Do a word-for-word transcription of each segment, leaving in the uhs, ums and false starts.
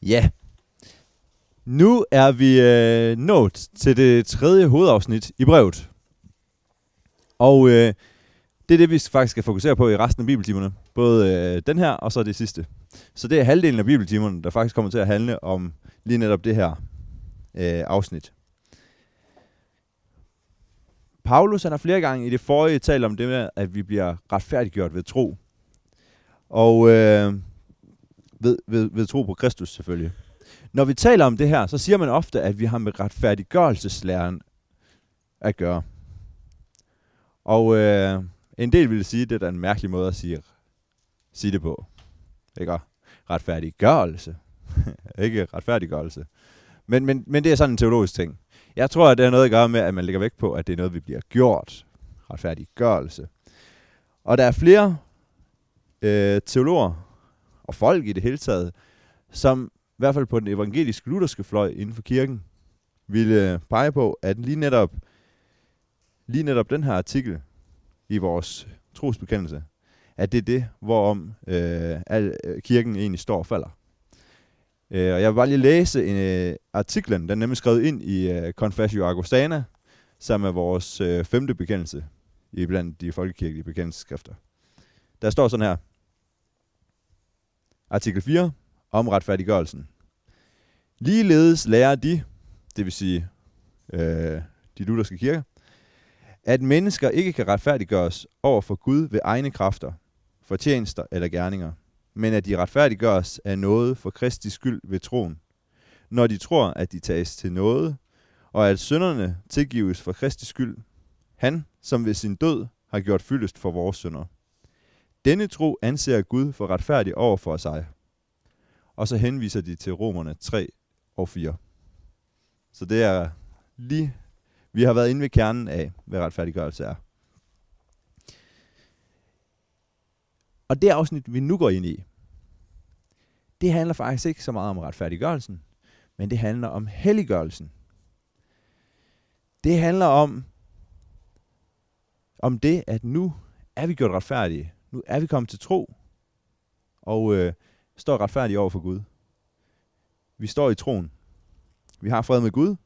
Ja, nu er vi øh, nået til det tredje hovedafsnit i brevet. Og øh, det er det, vi faktisk skal fokusere på i resten af bibeltimerne. Både øh, den her, og så det sidste. Så det er halvdelen af bibeltimerne, der faktisk kommer til at handle om lige netop det her øh, afsnit. Paulus han har flere gange i det forrige talt om det med, at vi bliver retfærdiggjort ved tro. Og øh, ved, ved, ved tro på Kristus selvfølgelig. Når vi taler om det her, så siger man ofte, at vi har med retfærdiggørelseslæren at gøre. Og øh, en del vil sige, at det er en mærkelig måde at sige, sige det på. Ikke? Retfærdiggørelse. Ikke retfærdiggørelse. Men, men, men det er sådan en teologisk ting. Jeg tror, at det har noget at gøre med, at man lægger vægt på, at det er noget, vi bliver gjort. Retfærdiggørelse. Og der er flere øh, teologer og folk i det hele taget, som i hvert fald på den evangelisk lutherske fløj inden for kirken, ville pege på, at lige netop, lige netop den her artikel i vores trosbekendelse, at det er det, hvorom øh, al, øh, kirken egentlig står og falder. Øh, og jeg vil bare lige læse en, øh, artiklen, den er nemlig skrevet ind i øh, Confessio Augustana, som er vores øh, femte bekendelse i blandt de folkekirkelige bekendelsesskrifter. Der står sådan her, artikel fire, om retfærdiggørelsen. Ligeledes lærer de, det vil sige øh, de lutherske kirker, at mennesker ikke kan retfærdiggøres over for Gud ved egne kræfter, fortjenester eller gerninger, men at de retfærdiggøres af noget for Kristi skyld ved troen, når de tror, at de tages til noget, og at synderne tilgives for Kristi skyld, han, som ved sin død har gjort fyldest for vores synder. Denne tro anser Gud for retfærdig over for sig. Og så henviser de til Romerne tre og fire. Så det er lige, vi har været inde ved kernen af, hvad retfærdiggørelse er. Og det afsnit, vi nu går ind i, det handler faktisk ikke så meget om retfærdiggørelsen, men det handler om helliggørelsen. Det handler om, om det, at nu er vi gjort retfærdige. Nu er vi kommet til tro, og øh, står retfærdige over for Gud. Vi står i troen. Vi har fred med Gud.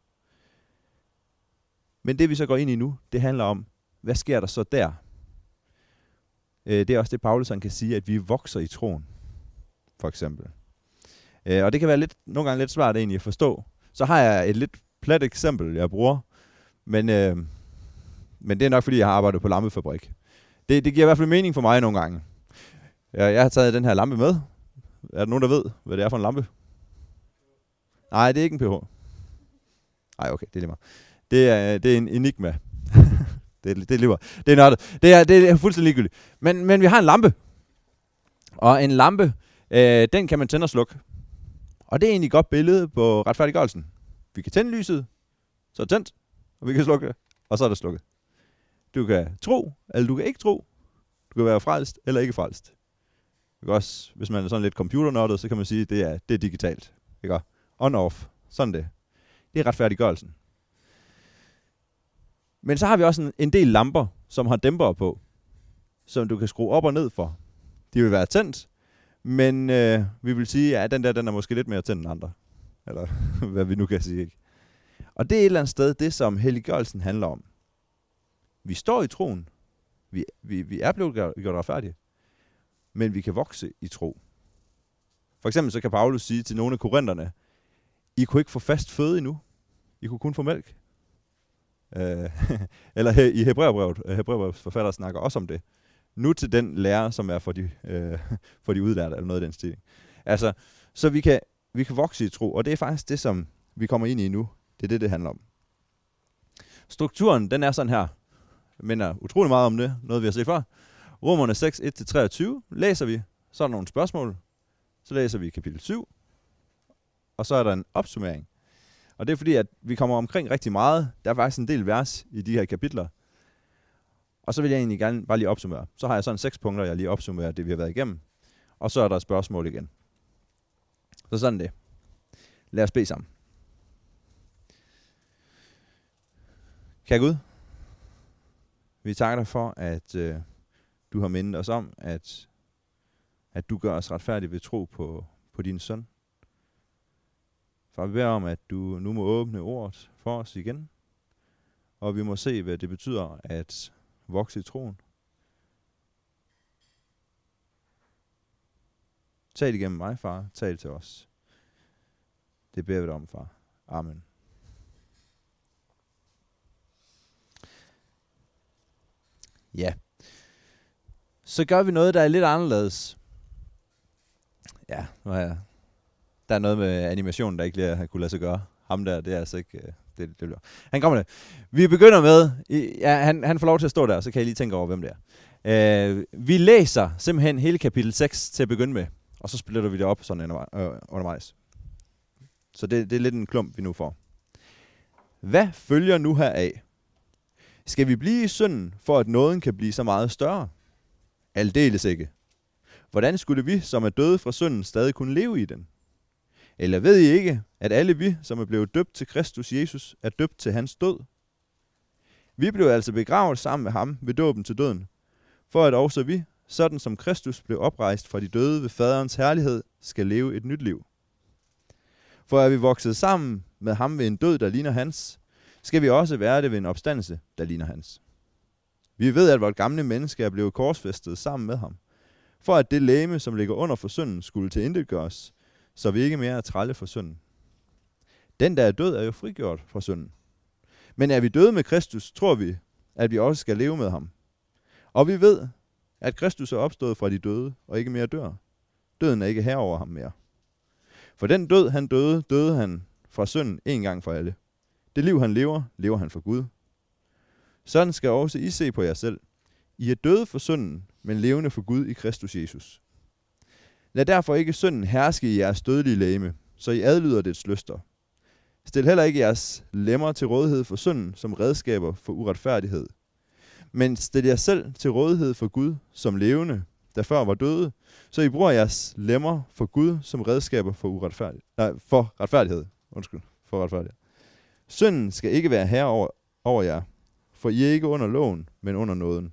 Men det vi så går ind i nu, det handler om, hvad sker der så der? Øh, det er også det, Paulus han kan sige, at vi vokser i troen, for eksempel. Øh, og det kan være lidt, nogle gange lidt svært egentlig at forstå. Så har jeg et lidt plat eksempel, jeg bruger, men, øh, men det er nok fordi, jeg har arbejdet på lampefabrik. Det, det giver i hvert fald mening for mig nogle gange. Jeg, jeg har taget den her lampe med. Er der nogen, der ved, hvad det er for en lampe? Nej, det er ikke en pH. Nej, okay, det er lige meget. Det er, det er en enigma. det, det er lige meget. Det er nørdet. Det er, det er fuldstændig ligegyldigt. Men, men vi har en lampe. Og en lampe, øh, den kan man tænde og slukke. Og det er egentlig et godt billede på retfærdiggørelsen. Vi kan tænde lyset, så er det tændt, og vi kan slukke det, og så er det slukket. Du kan tro, eller du kan ikke tro. Du kan være frelst, eller ikke frelst. Du kan også, hvis man er sådan lidt computernørdet, så kan man sige, at det er, det er digitalt. Ikke? On-off. Sådan det. Det er retfærdiggørelsen. Men så har vi også en, en del lamper, som har dæmpere på, som du kan skrue op og ned for. De vil være tændt, men øh, vi vil sige, at den der den er måske lidt mere tændt end andre. Eller hvad vi nu kan sige. Ikke? Og det er et eller andet sted, det som helliggørelsen handler om. Vi står i troen. Vi, vi, vi er blevet gjort retfærdige. Men vi kan vokse i tro. For eksempel så kan Paulus sige til nogle af korinterne, I kunne ikke få fast føde endnu. I kunne kun få mælk. Øh, eller he, i Hebræerbrevet, Hebræerbrevets forfatter snakker også om det. Nu til den lærer, som er for de, øh, for de udlærte, eller noget af den stil. Altså, så vi kan, vi kan vokse i tro, og det er faktisk det, som vi kommer ind i nu. Det er det, det handler om. Strukturen, den er sådan her. Jeg minder utrolig meget om det, noget vi har set før. Romerne seks, et til treogtyve læser vi, så er der nogle spørgsmål. Så læser vi kapitel syv, og så er der en opsummering. Og det er fordi, at vi kommer omkring rigtig meget. Der er faktisk en del vers i de her kapitler. Og så vil jeg egentlig gerne bare lige opsummere. Så har jeg sådan seks punkter, jeg lige opsummerer det, vi har været igennem. Og så er der et spørgsmål igen. Så sådan det. Lad os bede sammen. Kære Gud, vi takker dig for, at øh, du har mindet os om, at, at du gør os retfærdige ved tro på, på din søn. Far, vi beder om, at du nu må åbne ordet for os igen, og vi må se, hvad det betyder at vokse i troen. Tal igennem mig, far. Tal til os. Det beder vi dig om, far. Amen. Ja. Så gør vi noget, der er lidt anderledes. Ja, nu har jeg... Der er noget med animationen, der ikke lige har kunne lade sig gøre. Ham der, det er altså ikke... Det, det bliver. Han kommer der. Vi begynder med... Ja, han, han får lov til at stå der, så kan I lige tænke over, hvem det er. Uh, vi læser simpelthen hele kapitel seks til at begynde med. Og så splitter vi det op sådan undervejs. Så det, det er lidt en klump, vi nu får. Hvad følger nu heraf? Skal vi blive i synden, for at nåden kan blive så meget større? Aldeles ikke. Hvordan skulle vi, som er døde fra synden, stadig kunne leve i den? Eller ved I ikke, at alle vi, som er blevet døbt til Kristus Jesus, er døbt til hans død? Vi blev altså begravet sammen med ham ved dåben til døden, for at også vi, sådan som Kristus blev oprejst fra de døde ved faderens herlighed, skal leve et nyt liv. For er vi vokset sammen med ham ved en død, der ligner hans, skal vi også være det ved en opstandelse, der ligner hans. Vi ved, at vort gamle menneske er blevet korsfæstet sammen med ham, for at det legeme, som ligger under for synden, skulle tilintetgøres, så vi ikke mere er trælle for synden. Den, der er død, er jo frigjort fra synden. Men er vi døde med Kristus, tror vi, at vi også skal leve med ham. Og vi ved, at Kristus er opstået fra de døde, og ikke mere dør. Døden er ikke herover ham mere. For den død, han døde, døde han fra synden en gang for alle. Det liv, han lever, lever han for Gud. Sådan skal også I se på jer selv. I er døde for synden, men levende for Gud i Kristus Jesus. Lad derfor ikke synden herske i jeres dødelige legeme, så I adlyder dets lyster. Stil heller ikke jeres lemmer til rådighed for synden som redskaber for uretfærdighed. Men stil jer selv til rådighed for Gud som levende, der før var døde, så I bruger jeres lemmer for Gud som redskaber for, uretfærdig, nej, for retfærdighed. Undskyld, for retfærdighed. Synden skal ikke være herre over, over jer, for I er ikke under loven, men under nåden.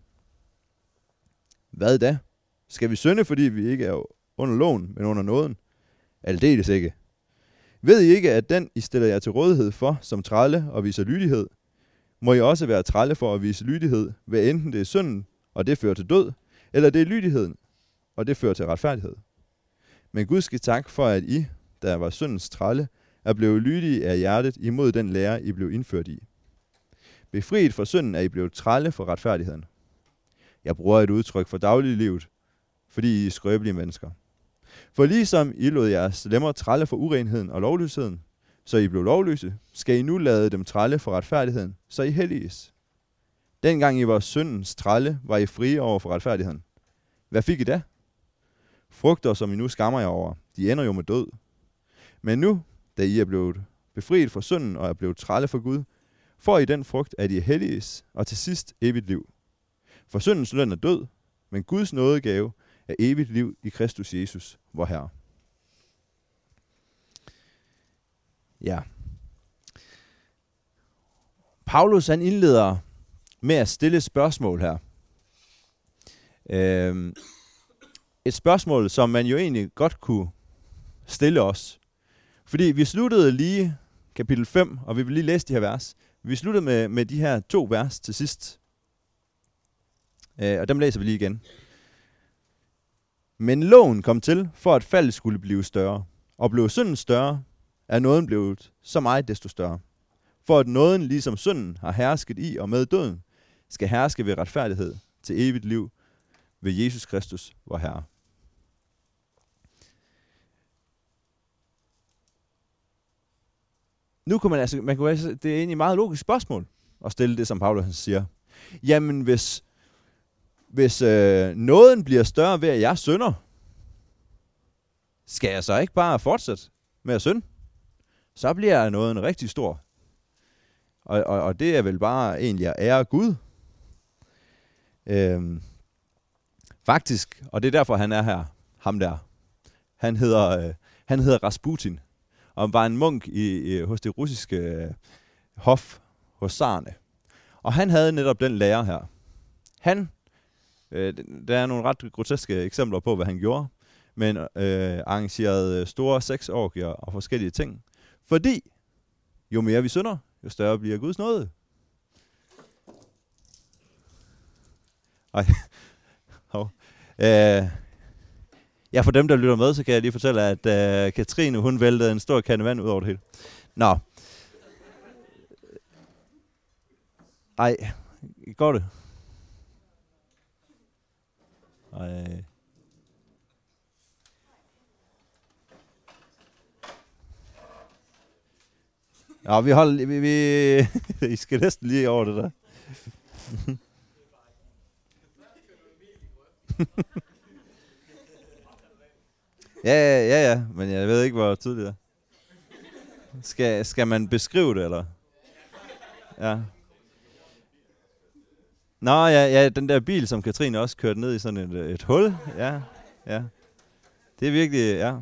Hvad da? Skal vi synde, fordi vi ikke er under loven, men under nåden? Aldeles ikke. Ved I ikke, at den, I stiller jer til rådighed for, som trælle og viser lydighed, må I også være trælle for at vise lydighed, hvad enten det er synden, og det fører til død, eller det er lydigheden, og det fører til retfærdighed. Men Gud skal tak for, at I, der var syndens trælle, er blevet lydige af hjertet imod den lære, I blev indført i. Befriet fra synden er I blevet trælle for retfærdigheden. Jeg bruger et udtryk for dagliglivet, fordi I er skrøbelige mennesker. For ligesom I lod jeres lemmer trælle for urenheden og lovløsheden, så I blev lovløse, skal I nu lade dem trælle for retfærdigheden, så I helliges. Dengang I var syndens trælle, var I frie over for retfærdigheden. Hvad fik I da? Frugter, som I nu skammer jer over, de ender jo med død. Men nu, da I er blevet befriet fra synden og er blevet trælle for Gud, får I den frugt, at I er helliges, og til sidst evigt liv. For syndens løn er død, men Guds nådegave er evigt liv i Kristus Jesus, vor Herre. Ja. Paulus han indleder med at stille et spørgsmål her. Øhm, et spørgsmål, som man jo egentlig godt kunne stille os. Fordi vi sluttede lige kapitel fem, og vi vil lige læse de her vers. Vi sluttede med, med de her to vers til sidst. Øh, og dem læser vi lige igen. Men loven kom til, for at faldet skulle blive større. Og blev synden større, er nåden blevet så meget desto større. For at nåden, ligesom synden, har hersket i og med døden, skal herske ved retfærdighed til evigt liv ved Jesus Kristus, vor Herre. Nu kunne man altså, man kunne altså, det er egentlig et meget logisk spørgsmål at stille det, som Paulus siger. Jamen, hvis, hvis øh, nåden bliver større ved, at jeg synder, skal jeg så ikke bare fortsætte med at synde? Så bliver nåden rigtig stor. Og, og, og det er vel bare egentlig at ære Gud. Øhm, faktisk, og det er derfor, han er her, ham der. Han hedder, øh, han hedder Rasputin, og var en munk i, i, hos det russiske øh, hof hos zarerne. Og han havde netop den lære her. Han, øh, der er nogle ret groteske eksempler på, hvad han gjorde, men øh, arrangerede store sexorgier og forskellige ting, Fordi jo mere vi synder, jo større bliver Guds nåde. Ej. Hov. Øh, ja, for dem, der lytter med, så kan jeg lige fortælle, at øh, Katrine, hun væltede en stor kande vand ud over det hele. Nå. Ej, går det? Ej. Ja, vi holder, vi, vi I skal næsten lige over det der. ja, ja, ja, men jeg ved ikke, hvor tydeligt det er. Skal, skal man beskrive det, eller? Ja. Nå, ja, ja, den der bil, som Katrine også kørte ned i sådan et, et hul. Ja, ja. Det er virkelig, ja.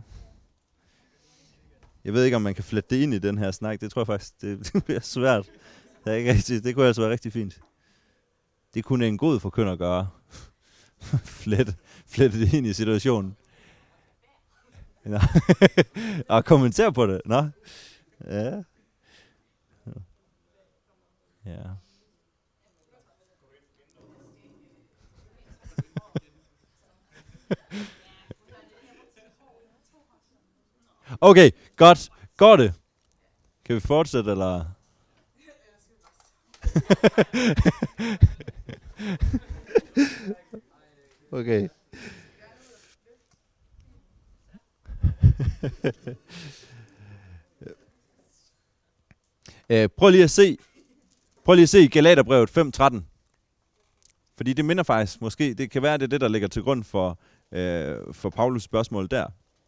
Jeg ved ikke, om man kan flette det ind i den her snak. Det tror jeg faktisk, det, det bliver svært. Det, er ikke rigtig, det kunne altså være rigtig fint. Det kunne en god forkynder gøre. flette, flette det ind i situationen. Nå. Og kommentere på det. Nå. Ja. Ja. Okay, godt. Går det? Kan vi fortsætte, eller? Okay. øh, prøv lige at se. Prøv lige at se Galaterbrevet fem tretten. Fordi det minder faktisk måske, det kan være, det er det, der ligger til grund for, øh, for Paulus spørgsmål der.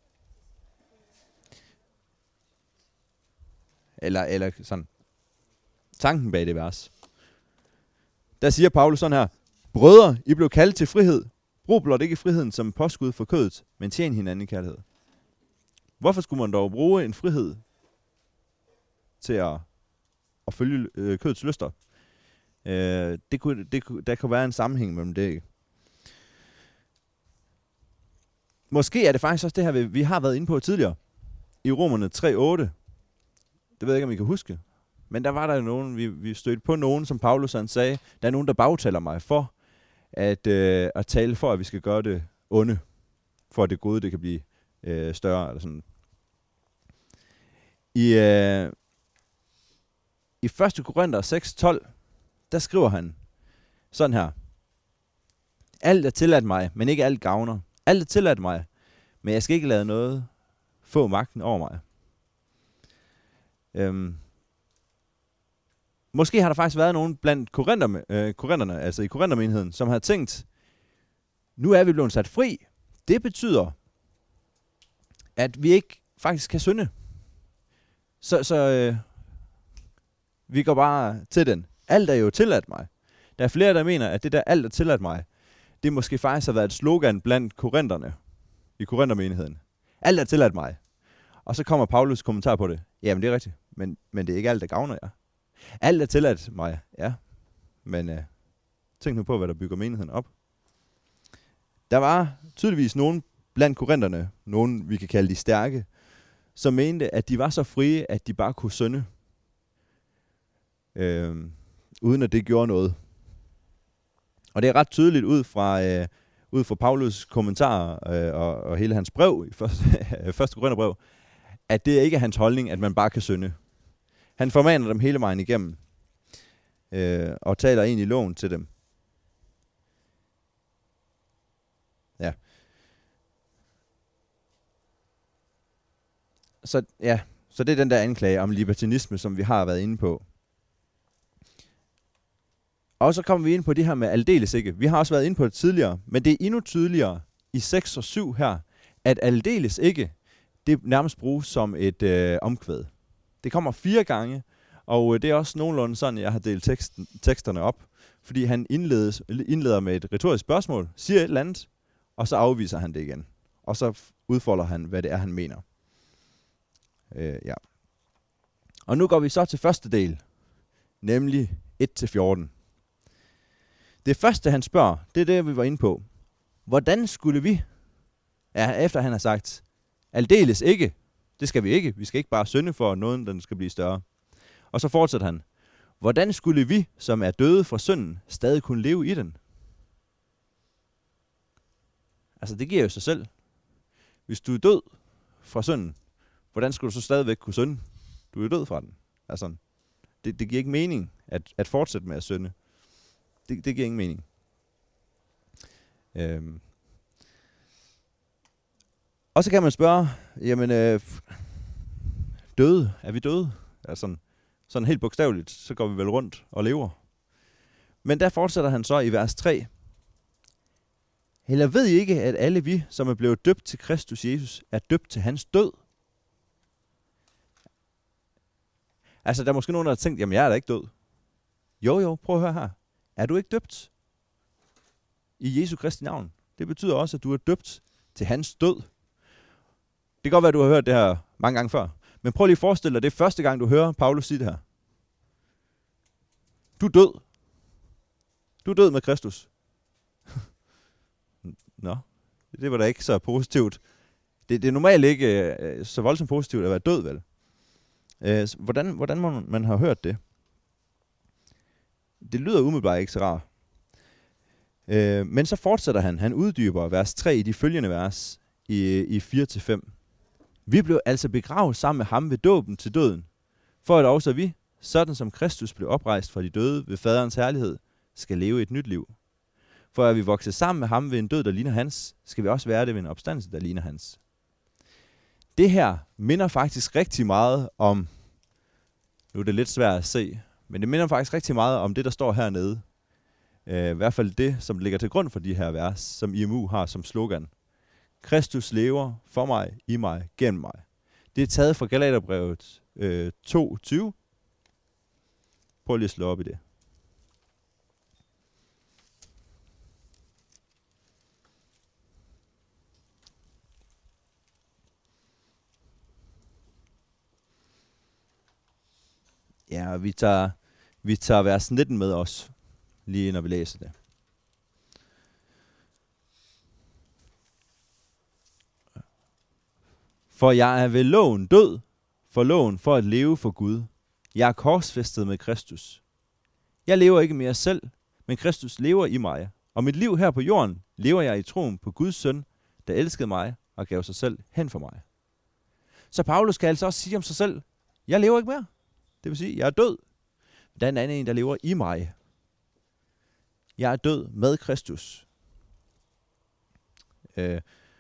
Eller, eller sådan. Tanken bag det vers. Der siger Paulus sådan her. Brødre, I blev kaldt til frihed. Brug blot ikke friheden som påskud for kødet, men tjen hinanden i kærlighed. Hvorfor skulle man dog bruge en frihed til at, at følge øh, kødets lyster? Øh, det kunne, det kunne, der kunne være en sammenhæng mellem det. Måske er det faktisk også det her, vi, vi har været inde på tidligere. I Romerne tre otte. Det ved jeg ikke, om I kan huske. Men der var der nogen, vi, vi stødte på nogen, som Paulus han sagde, der er nogen, der bagtaler mig for at, øh, at tale for, at vi skal gøre det onde, for at det gode det kan blive øh, større. Eller sådan. I, øh, i første Korinther seks tolv, der skriver han sådan her. Alt er tilladt mig, men ikke alt gavner. Alt er tilladt mig, men jeg skal ikke lade noget få magten over mig. Øhm. Måske har der faktisk været nogen blandt korinther, øh, korintherne, altså i korinthermenigheden, som har tænkt, nu er vi blevet sat fri. Det betyder, at vi ikke faktisk kan synde. Så, så øh, vi går bare til den. Alt er jo tilladt mig. Der er flere, der mener, at det der alt er tilladt mig, det måske faktisk har været et slogan blandt korintherne i korinthermenigheden. Alt er tilladt mig. Og så kommer Paulus kommentar på det. Jamen det er rigtigt, men, men det er ikke alt, der gavner jer. Alt er tilladt mig, ja. Men øh, tænk nu på, hvad der bygger menigheden op. Der var tydeligvis nogen blandt korintherne, nogen vi kan kalde de stærke, som mente, at de var så frie, at de bare kunne synde. Øh, uden at det gjorde noget. Og det er ret tydeligt ud fra, øh, ud fra Paulus kommentarer øh, og, og hele hans brev, i første, første Korintherbrev, at det ikke er hans holdning, at man bare kan synde. Han formaner dem hele vejen igennem, øh, og taler egentlig loven til dem. Ja. Så, ja, så det er den der anklage om libertinisme, som vi har været inde på. Og så kommer vi ind på det her med aldeles ikke. Vi har også været inde på det tidligere, men det er endnu tydeligere i seks og syv her, at aldeles ikke, det nærmest bruges som et øh, omkvæd. Det kommer fire gange, og det er også nogenlunde sådan, jeg har delt teksten, teksterne op. Fordi han indledes, indleder med et retorisk spørgsmål, siger et eller andet, og så afviser han det igen. Og så udfolder han, hvad det er, han mener. Øh, ja. Og nu går vi så til første del, nemlig et til fjorten. Det første, han spørger, det er det, vi var inde på. Hvordan skulle vi, ja, efter han har sagt, aldeles ikke, Det skal vi ikke. Vi skal ikke bare synde for, at noget den skal blive større. Og så fortsætter han. Hvordan skulle vi, som er døde fra synden, stadig kunne leve i den? Altså, det giver jo sig selv. Hvis du er død fra synden, hvordan skulle du så stadigvæk kunne synde? Du er død fra den. Altså, det, det giver ikke mening at, at fortsætte med at synde. Det, det giver ingen mening. Øhm. Og så kan man spørge, jamen, øh, døde, er vi døde? Altså, sådan helt bogstaveligt, så går vi vel rundt og lever. Men der fortsætter han så i vers tre. Eller ved I ikke, at alle vi, som er blevet døbt til Kristus Jesus, er døbt til hans død? Altså, der er måske nogen, der har tænkt, jamen jeg er da ikke død. Jo, jo, prøv at høre her. Er du ikke døbt i Jesu Kristi navn? Det betyder også, at du er døbt til hans død. Det kan godt være, at du har hørt det her mange gange før. Men prøv lige at forestille dig, det er første gang, du hører Paulus sige det her. Du er død. Du er død med Kristus. Nå, det var da ikke så positivt. Det, det er normalt ikke øh, så voldsomt positivt at være død, vel? Øh, hvordan, hvordan må man, man have hørt det? Det lyder umiddelbart ikke så rart. Øh, men så fortsætter han. Han uddyber vers tre i de følgende vers i, i fire til fem. Vi blev altså begravet sammen med ham ved dåben til døden, for at også vi, sådan som Kristus blev oprejst fra de døde ved faderens herlighed, skal leve et nyt liv. For at vi vokser sammen med ham ved en død, der ligner hans, skal vi også være det ved en opstandelse, der ligner hans. Det her minder faktisk rigtig meget om, nu er det lidt svært at se, men det minder faktisk rigtig meget om det, der står hernede. Uh, I hvert fald det, som ligger til grund for de her vers, som I M U har som slogan. Kristus lever for mig, i mig, gennem mig. Det er taget fra Galaterbrevet øh, to tyve. Prøv lige at slå op i det. Ja, vi tager, vi tager vers nitten med os, lige når vi læser det. For jeg er ved loven død, for loven for at leve for Gud. Jeg er korsfæstet med Kristus. Jeg lever ikke mere selv, men Kristus lever i mig. Og mit liv her på jorden lever jeg i troen på Guds søn, der elskede mig og gav sig selv hen for mig. Så Paulus kan altså også sige om sig selv, jeg lever ikke mere. Det vil sige, jeg er død. Der er en anden en, der lever i mig. Jeg er død med Kristus. Øh.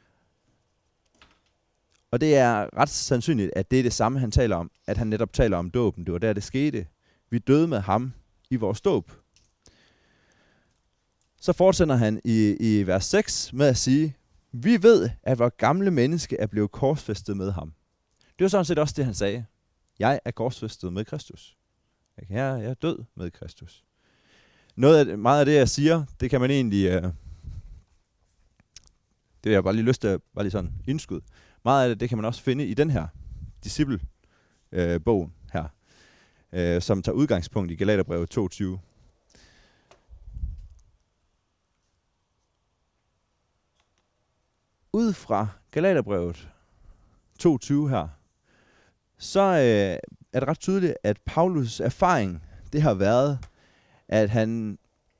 Og det er ret sandsynligt, at det er det samme, han taler om. At han netop taler om dåben. Det var der, det skete. Vi døde med ham i vores dåb. Så fortsætter han i, i vers seks med at sige, vi ved, at vores gamle menneske er blevet korsfæstet med ham. Det var sådan set også det, han sagde. Jeg er korsfæstet med Kristus. Jeg er, jeg er død med Kristus. Noget af, meget af det, jeg siger, det kan man egentlig... Øh, det har jeg bare lige lyst til at bare lige sådan indskud. Meget af det, det kan man også finde i den her disciple-bogen øh, her, øh, som tager udgangspunkt i Galaterbrevet to tyve. Ud fra Galaterbrevet to tyve her, så øh, er det ret tydeligt, at Paulus' erfaring, det har været, at han,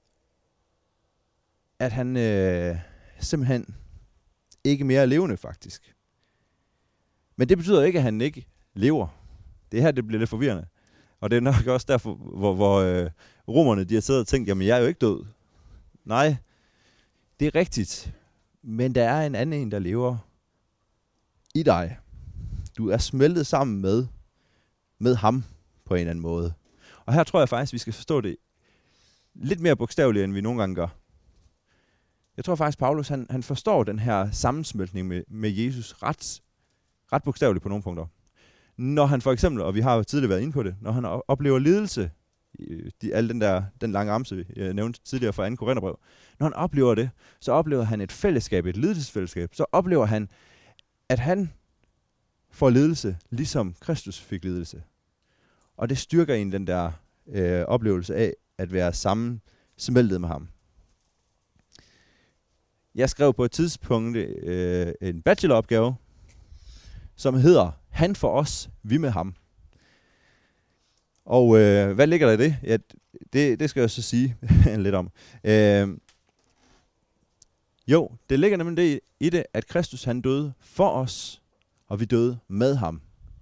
at han øh, simpelthen ikke mere er levende faktisk. Men det betyder ikke, at han ikke lever. Det her, det bliver lidt forvirrende. Og det er nok også derfor, hvor, hvor øh, romerne, de har siddet og tænkt, jamen jeg er jo ikke død. Nej, det er rigtigt. Men der er en anden en, der lever i dig. Du er smeltet sammen med, med ham på en eller anden måde. Og her tror jeg faktisk, vi skal forstå det lidt mere bogstaveligt, end vi nogle gange gør. Jeg tror faktisk, Paulus han, han forstår den her sammensmeltning med, med Jesus ret, ret bogstaveligt på nogle punkter. Når han for eksempel, og vi har jo tidligere været inde på det, når han oplever lidelse, de, al den der den lange ramse, jeg nævnte tidligere fra anden Korintherbrev, når han oplever det, så oplever han et fællesskab, et lidelsesfællesskab. Så oplever han, at han får lidelse, ligesom Kristus fik lidelse. Og det styrker en den der øh, oplevelse af at være sammensmeltet med ham. Jeg skrev på et tidspunkt øh, en bacheloropgave, som hedder Han for os, vi med ham. Og øh, hvad ligger der i det? Ja, det, det skal jeg så sige lidt om. Øh, jo, det ligger nemlig det i det, at Kristus han døde for os, og vi døde med ham.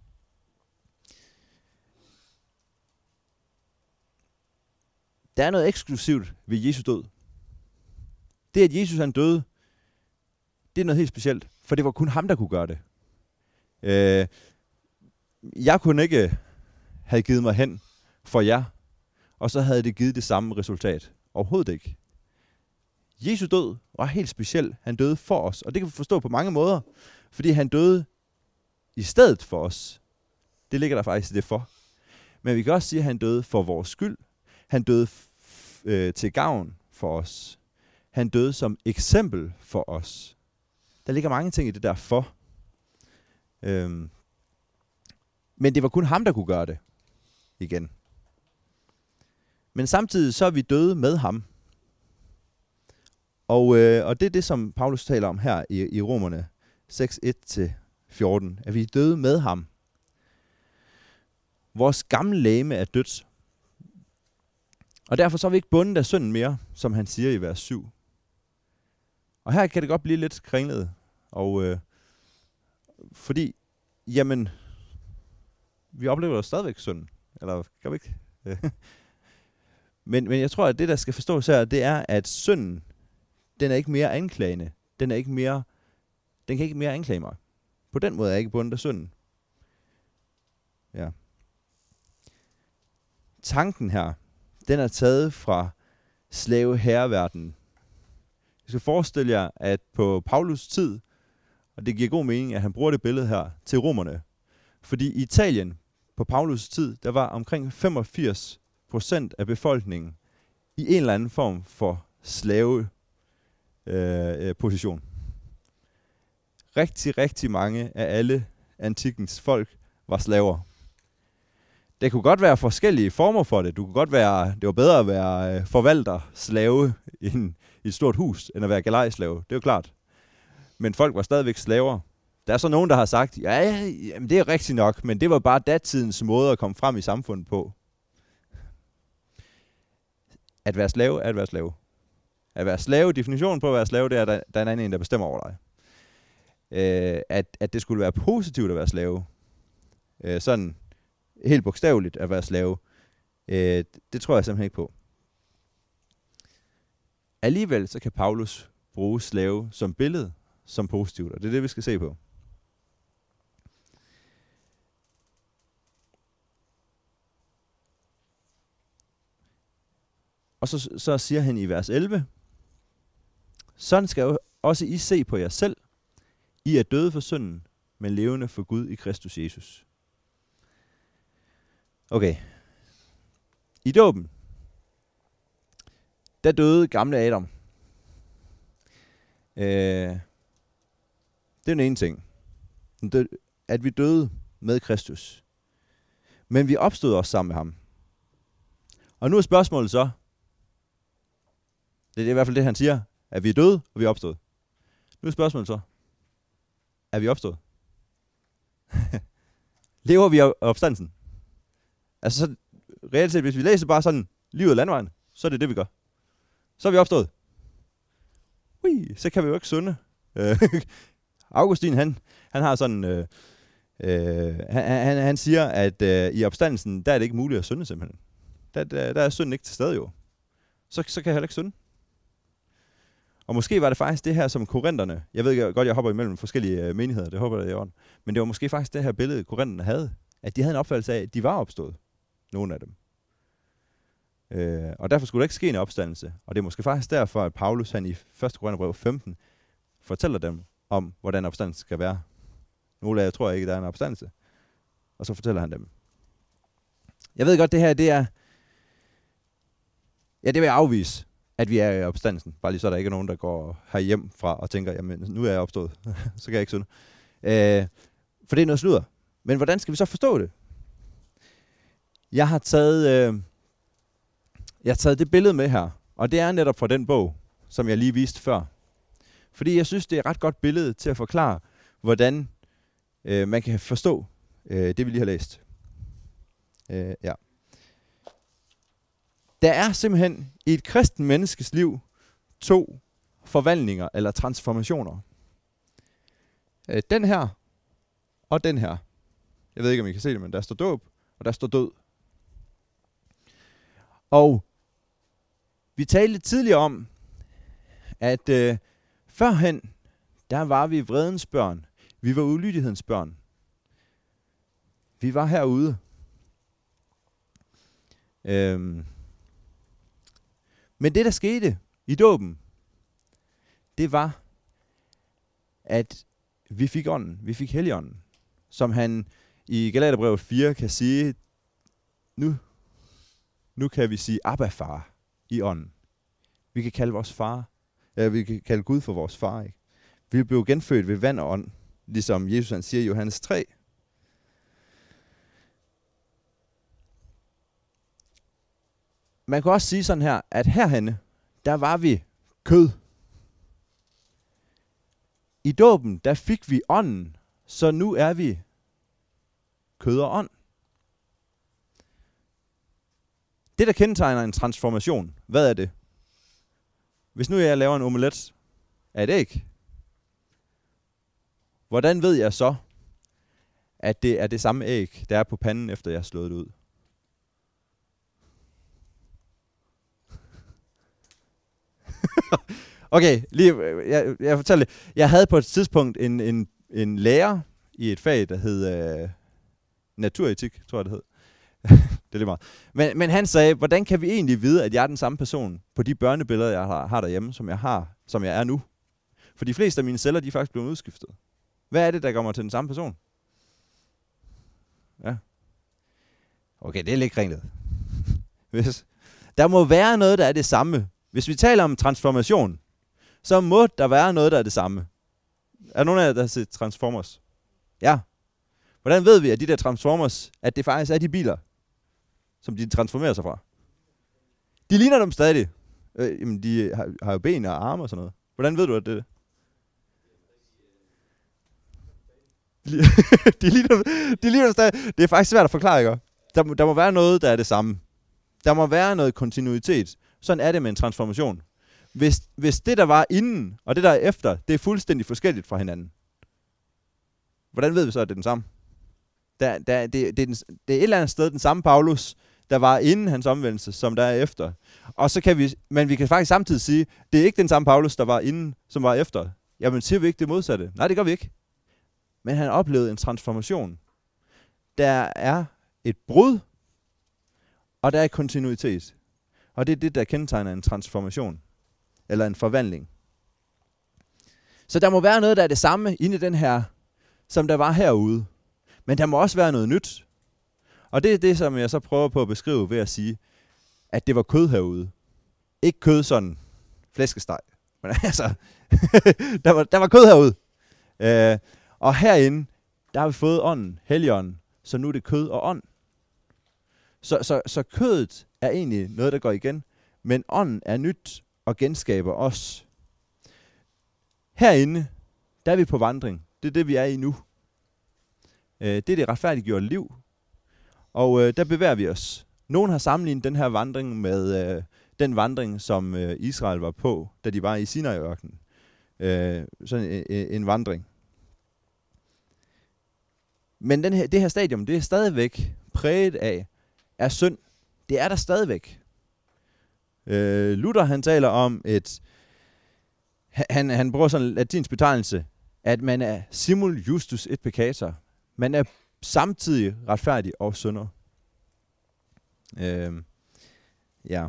Der er noget eksklusivt ved Jesu død. Det, at Jesus han døde, det er noget helt specielt, for det var kun ham, der kunne gøre det. Øh, jeg kunne ikke have givet mig hen for jer, og så havde det givet det samme resultat. Overhovedet ikke. Jesu død var helt speciel. Han døde for os, og det kan vi forstå på mange måder, fordi han døde i stedet for os. Det ligger der faktisk i det for. Men vi kan også sige, at han døde for vores skyld. Han døde f- øh, til gavn for os. Han døde som eksempel for os. Der ligger mange ting i det der for. Øhm. Men det var kun ham, der kunne gøre det. Igen. Men samtidig så er vi døde med ham. Og, øh, og det er det, som Paulus taler om her i, i Romerne seks, et til fjorten. At vi er døde med ham. Vores gamle legeme er dødt. Og derfor så er vi ikke bundet af synden mere, som han siger i vers syv. Og her kan det godt blive lidt kringlet. Og øh, fordi, jamen, vi oplever jo stadigvæk synden. Eller kan vi ikke? men, men jeg tror, at det, der skal forstås her, det er, at synden, den er ikke mere anklagende. Den er ikke mere, den kan ikke mere anklage mig. På den måde er jeg ikke bundet af synden. Ja. Tanken her, den er taget fra slave-herreverdenen. Jeg skal forestille jer, at på Paulus tid, og det giver god mening, at han bruger det billede her til romerne, fordi i Italien på Paulus tid, der var omkring femogfirs procent af befolkningen i en eller anden form for slave øh, position. Rigtig, rigtig mange af alle antikkens folk var slaver. Det kunne godt være forskellige former for det. Du kunne godt være, det var bedre at være forvalter, slave i, en, i et stort hus, end at være galejslave. Det er jo klart. Men folk var stadigvæk slaver. Der er så nogen, der har sagt, ja, jamen det er rigtigt nok, men det var bare datidens måde at komme frem i samfundet på. At være slave er at være slave. At være slave, definitionen på at være slave, det er, at der, der er en anden en, der bestemmer over dig. Øh, at, at det skulle være positivt at være slave. Øh, sådan helt bogstaveligt at være slave. Øh, det tror jeg simpelthen ikke på. Alligevel så kan Paulus bruge slave som billede, som positivt, og det er det, vi skal se på. Og så, så siger han i vers elleve, sådan skal også I se på jer selv. I er døde for synden, men levende for Gud i Kristus Jesus. Okay. I dåben, der døde gamle Adam. Øh, det er den ene ting. At vi døde med Kristus. Men vi opstod også sammen med ham. Og nu er spørgsmålet så, det er i hvert fald det, han siger, at vi er døde, og vi er opstået. Nu er spørgsmålet så, er vi opstået? Lever vi af opstandelsen? Altså så, reelt set, hvis vi læser bare sådan livet af landvejen, så er det det, vi gør. Så er vi opstået. Ui, så kan vi jo ikke synde. Augustin, han, han har sådan, øh, øh, han, han, han siger, at øh, i opstandelsen, der er det ikke muligt at synde simpelthen. Der, der, der er synden ikke til stede jo. Så, så kan jeg heller ikke synde. Og måske var det faktisk det her, som korinterne, jeg ved godt, jeg hopper imellem forskellige øh, menigheder, det håber jeg, det er orden, men det var måske faktisk det her billede, korinterne havde, at de havde en opfattelse af, at de var opstået. Nogle af dem. Øh, og derfor skulle der ikke ske en opstandelse. Og det er måske faktisk derfor, at Paulus han i første Korintherbrev femten fortæller dem om, hvordan opstandelse skal være. Nogle af jer tror ikke, der er en opstandelse. Og så fortæller han dem. Jeg ved godt, det her, det er... Ja, det vil jeg afvise, at vi er i opstandelsen. Bare lige så der ikke er nogen, der går herhjem fra og tænker, jamen nu er jeg opstået. Så kan jeg ikke synde. Øh, for det er noget sludder. Men hvordan skal vi så forstå det? Jeg har taget... Øh, Jeg har taget det billede med her, og det er netop fra den bog, som jeg lige viste før. Fordi jeg synes, det er et ret godt billede til at forklare, hvordan øh, man kan forstå øh, det vi lige har læst. Øh, ja. Der er simpelthen i et kristen menneskes liv to forvandlinger eller transformationer. Øh, den her og den her. Jeg ved ikke, om I kan se det, men der står dåb, og der står død. Og vi talte tidligere om, at øh, førhen, der var vi vredens børn. Vi var ulydighedens børn. Vi var herude. Øhm. Men det, der skete i dåben, det var, at vi fik ånden. Vi fik Helligånden. Som han i Galaterbrevet fire kan sige, nu, nu kan vi sige Abba far i ånden. Vi kan kalde vores far, ja, vi kan kalde Gud for vores far, ikke? Vi blev genfødt ved vand og ånd, ligesom Jesus han siger i Johannes tre. Man kan også sige sådan her, at herhenne, der var vi kød. I dåben, der fik vi ånden, så nu er vi kød og ånd. Det, der kendetegner en transformation, hvad er det? Hvis nu jeg laver en omelet af et æg, hvordan ved jeg så, at det er det samme æg, der er på panden, efter jeg har slået det ud? Okay, lige, jeg, jeg fortæller det. Jeg havde på et tidspunkt en, en, en lærer i et fag, der hed øh, naturetik, tror jeg det hed. Det er lidt meget. Men, men han sagde, hvordan kan vi egentlig vide, at jeg er den samme person på de børnebilleder, jeg har, har derhjemme, som jeg har, som jeg er nu? For de fleste af mine celler, de er faktisk blevet udskiftet. Hvad er det, der gør mig til den samme person? Ja. Okay, det er lidt kringlet. Hvis der må være noget, der er det samme. Hvis vi taler om transformation, så må der være noget, der er det samme. Er der nogen af jer, der har set Transformers? Ja. Hvordan ved vi, at de der Transformers, at det faktisk er de biler, som de transformerer sig fra? De ligner dem stadig. Øh, jamen, de har, har jo ben og arme og sådan noget. Hvordan ved du, at det er det? de, ligner, de ligner dem stadig. Det er faktisk svært at forklare, ikke? Der, der må være noget, der er det samme. Der må være noget kontinuitet. Sådan er det med en transformation. Hvis, hvis det, der var inden, og det, der er efter, det er fuldstændig forskelligt fra hinanden. Hvordan ved vi så, at det er den samme? Der, der, det, det, er den, det er et eller andet sted den samme Paulus, der var inden hans omvendelse, som der er efter. Og så kan vi, men vi kan faktisk samtidig sige, det er ikke den samme Paulus, der var inden, som var efter. Jamen siger vi ikke det modsatte? Nej, det gør vi ikke. Men han oplevede en transformation. Der er et brud, og der er kontinuitet. Og det er det, der kendetegner en transformation. Eller en forvandling. Så der må være noget, der er det samme inde i den her, som der var herude. Men der må også være noget nyt. Og det er det, som jeg så prøver på at beskrive ved at sige, at det var kød herude. Ikke kød sådan flæskesteg. Men altså, der, var, der var kød herude. Øh, og herinde, der har vi fået ånden, Helligånden. Så nu er det kød og ånd. Så, så, så kødet er egentlig noget, der går igen. Men ånden er nyt og genskaber os. Herinde, der er vi på vandring. Det er det, vi er i nu. Øh, det er det retfærdiggjorte liv. Og øh, der bevæger vi os. Nogen har sammenlignet den her vandring med øh, den vandring, som øh, Israel var på, da de var i Sinai-ørkenen. Øh, sådan en, en vandring. Men den her, det her stadium, det er stadigvæk præget af, af synd. Det er der stadigvæk. Øh, Luther, han taler om et, han, han bruger sådan en latinsk betegnelse, at man er simul justus et peccator. Man er samtidig retfærdig og synder. Øh, ja.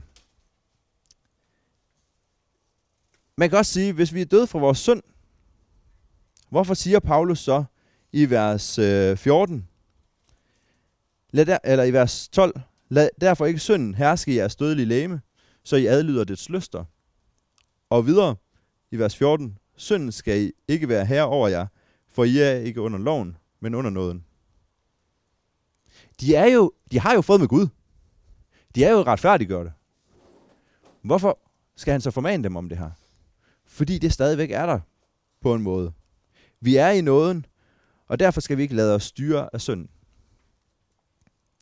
Man kan også sige, hvis vi er døde fra vores synd, hvorfor siger Paulus så i vers øh, fjorten, lad der, eller i vers tolv, lad derfor ikke synden herske i jeres dødelige legeme, så I adlyder dets lyster. Og videre i vers fjorten, synden skal I ikke være herre over jer, for I er ikke under loven, men under nåden. De, er jo, de har jo fået med Gud. De er jo retfærdiggjorte. Hvorfor skal han så formane dem om det her? Fordi det stadigvæk er der på en måde. Vi er i nåden, og derfor skal vi ikke lade os styre af synden.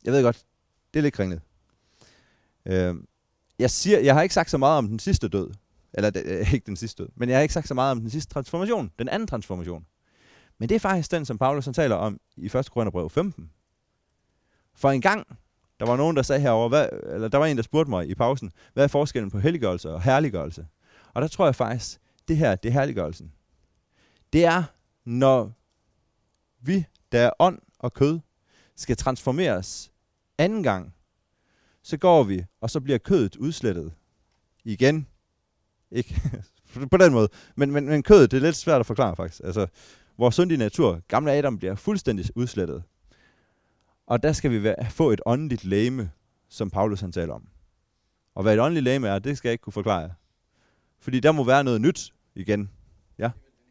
Jeg ved godt, det er lidt kringlet. Øh, jeg, siger, jeg har ikke sagt så meget om den sidste død. Eller øh, ikke den sidste død, men jeg har ikke sagt så meget om den sidste transformation. Den anden transformation. Men det er faktisk den, som Paulus han taler om i første Korintherbrev femten. For en gang, der var nogen, der sagde herover, hvad, eller der var en, der spurgte mig i pausen, hvad er forskellen på helliggørelse og herliggørelse? Og der tror jeg faktisk, det her, det er herliggørelsen. Det er, når vi, der er ånd og kød, skal transformeres anden gang, så går vi, og så bliver kødet udslettet igen. Ikke på den måde. Men, men, men kødet, det er lidt svært at forklare faktisk. Altså, vores syndige natur, gamle Adam, bliver fuldstændig udslettet. Og der skal vi være, få et åndeligt legeme, som Paulus han taler om. Og hvad et åndeligt legeme er, det skal jeg ikke kunne forklare jer. Fordi der må være noget nyt igen. Ja,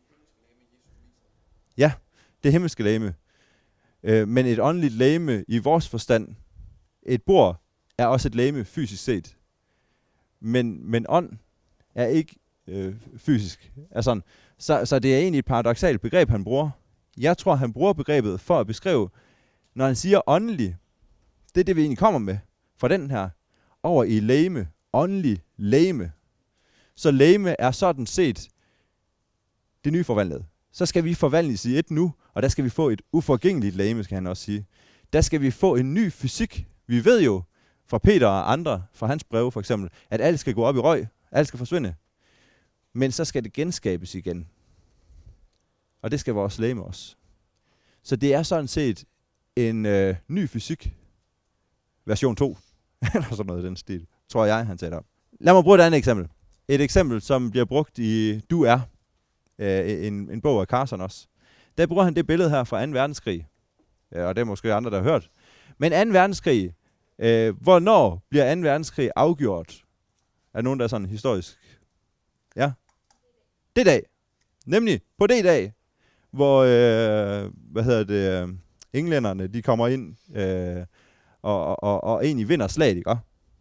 ja, det himmelske legeme. Øh, men et åndeligt legeme i vores forstand, et bord, er også et legeme fysisk set. Men, men ånd er ikke øh, fysisk. Er sådan. Så, så det er egentlig et paradoksalt begreb, han bruger. Jeg tror, han bruger begrebet for at beskrive, når han siger åndelig, det er det, vi egentlig kommer med fra den her, over i legeme, åndelig legeme. Så legeme er sådan set det nye forvandlet. Så skal vi forvandles i et nu, og der skal vi få et uforgængeligt legeme, skal han også sige. Der skal vi få en ny fysik. Vi ved jo fra Peter og andre, fra hans breve for eksempel, at alt skal gå op i røg, alt skal forsvinde. Men så skal det genskabes igen. Og det skal vores legeme også. Så det er sådan set en øh, ny fysik, version to, eller sådan noget i den stil, tror jeg, han taler om. Lad mig bruge et andet eksempel. Et eksempel, som bliver brugt i Du er, øh, en, en bog af Carson også. Der bruger han det billede her fra anden verdenskrig, ja, og det er måske andre, der har hørt. Men anden verdenskrig, øh, hvornår bliver anden verdenskrig afgjort? Er nogen, der er sådan historisk? Ja? Det dag. Nemlig på det dag, hvor, øh, hvad hedder det, øh, englænderne, de kommer ind, øh, og, og, og egentlig vinder slaget, ikke?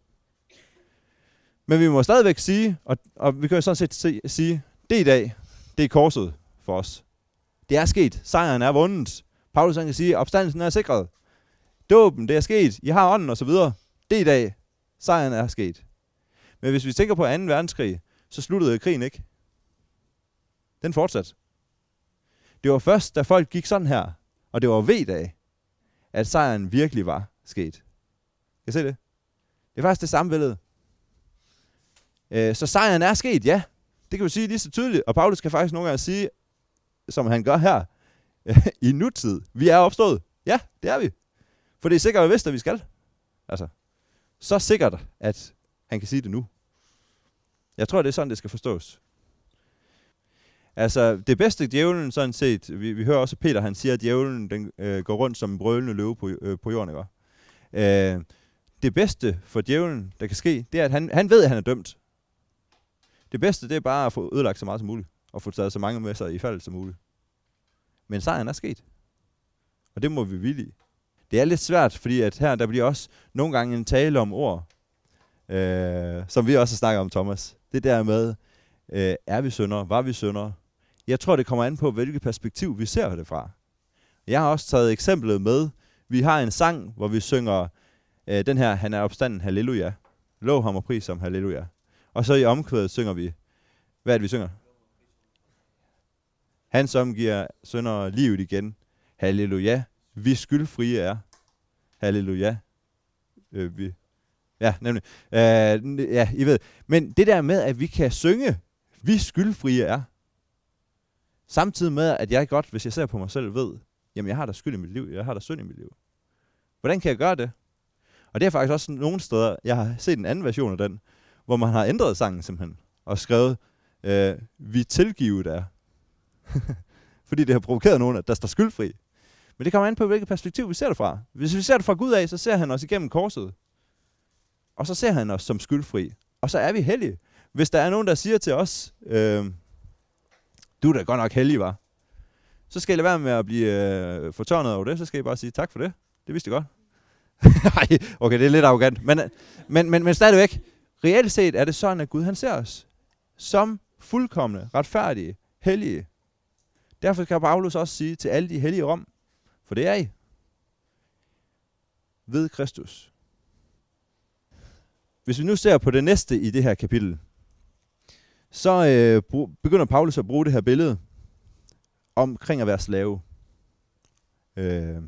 Men vi må stadigvæk sige, og, og vi kan jo sådan set se, sige, det i dag, det er korset for os. Det er sket. Sejren er vundet. Paulus kan sige, opstandelsen er sikret. Dåben, det er sket. I har ånden og så videre. Det i dag. Sejren er sket. Men hvis vi tænker på anden verdenskrig, så sluttede krigen ikke. Den fortsatte. Det var først, da folk gik sådan her, og det var V-dag, at sejren virkelig var sket. Kan I se det? Det er faktisk det samme billede. Så sejren er sket, ja. Det kan vi sige lige så tydeligt. Og Paulus kan faktisk nogle gange sige, som han gør her, i nutid. Vi er opstået. Ja, det er vi. For det er sikkert vist, at vi skal. Altså, så sikkert, at han kan sige det nu. Jeg tror, det er sådan, det skal forstås. Altså, det bedste djævlen sådan set, vi, vi hører også Peter, han siger, at djævlen den, øh, går rundt som en brølende løve på, øh, på jorden, ikke? Øh, det bedste for djævlen, der kan ske, det er, at han, han ved, at han er dømt. Det bedste, det er bare at få ødelagt så meget som muligt, og få taget så mange med sig i faldet som muligt. Men sejren er sket. Og det må vi ville i. Det er lidt svært, fordi at her, der bliver også nogle gange en tale om ord, øh, som vi også snakker om, Thomas. Det der med, øh, er vi syndere? Var vi syndere? Jeg tror, det kommer an på, hvilket perspektiv vi ser det fra. Jeg har også taget eksemplet med, vi har en sang, hvor vi synger øh, den her, han er opstanden, halleluja. Lov ham og pris som halleluja. Og så i omkvædet synger vi, hvad er det, vi synger? Han som giver syndere livet igen. Halleluja. Vi skyldfrie er. Halleluja. Øh, vi. Ja, nemlig. Øh, ja, I ved. Men det der med, at vi kan synge, vi skyldfrie er. Samtidig med, at jeg godt, hvis jeg ser på mig selv, ved, jamen jeg har da skyld i mit liv, jeg har da synd i mit liv. Hvordan kan jeg gøre det? Og det er faktisk også nogle steder, jeg har set en anden version af den, hvor man har ændret sangen simpelthen, og skrevet, øh, vi tilgivet er. Fordi det har provokeret nogen, at der står skyldfri. Men det kommer an på, hvilket perspektiv vi ser det fra. Hvis vi ser det fra Gud af, så ser han os igennem korset. Og så ser han os som skyldfri. Og så er vi hellige. Hvis der er nogen, der siger til os, øh, du er da godt nok hellig, var. Så skal I lade være med at blive øh, fortørnet over det. Så skal I bare sige, tak for det. Det vidste jeg godt. Nej, okay, det er lidt arrogant. Men, men, men, men stadigvæk, reelt set er det sådan, at Gud han ser os som fuldkomne, retfærdige, hellige. Derfor kan Paulus også sige til alle de hellige i Rom, for det er I. ved Kristus. Hvis vi nu ser på det næste i det her kapitel, så øh, begynder Paulus at bruge det her billede omkring at være slave. Øh.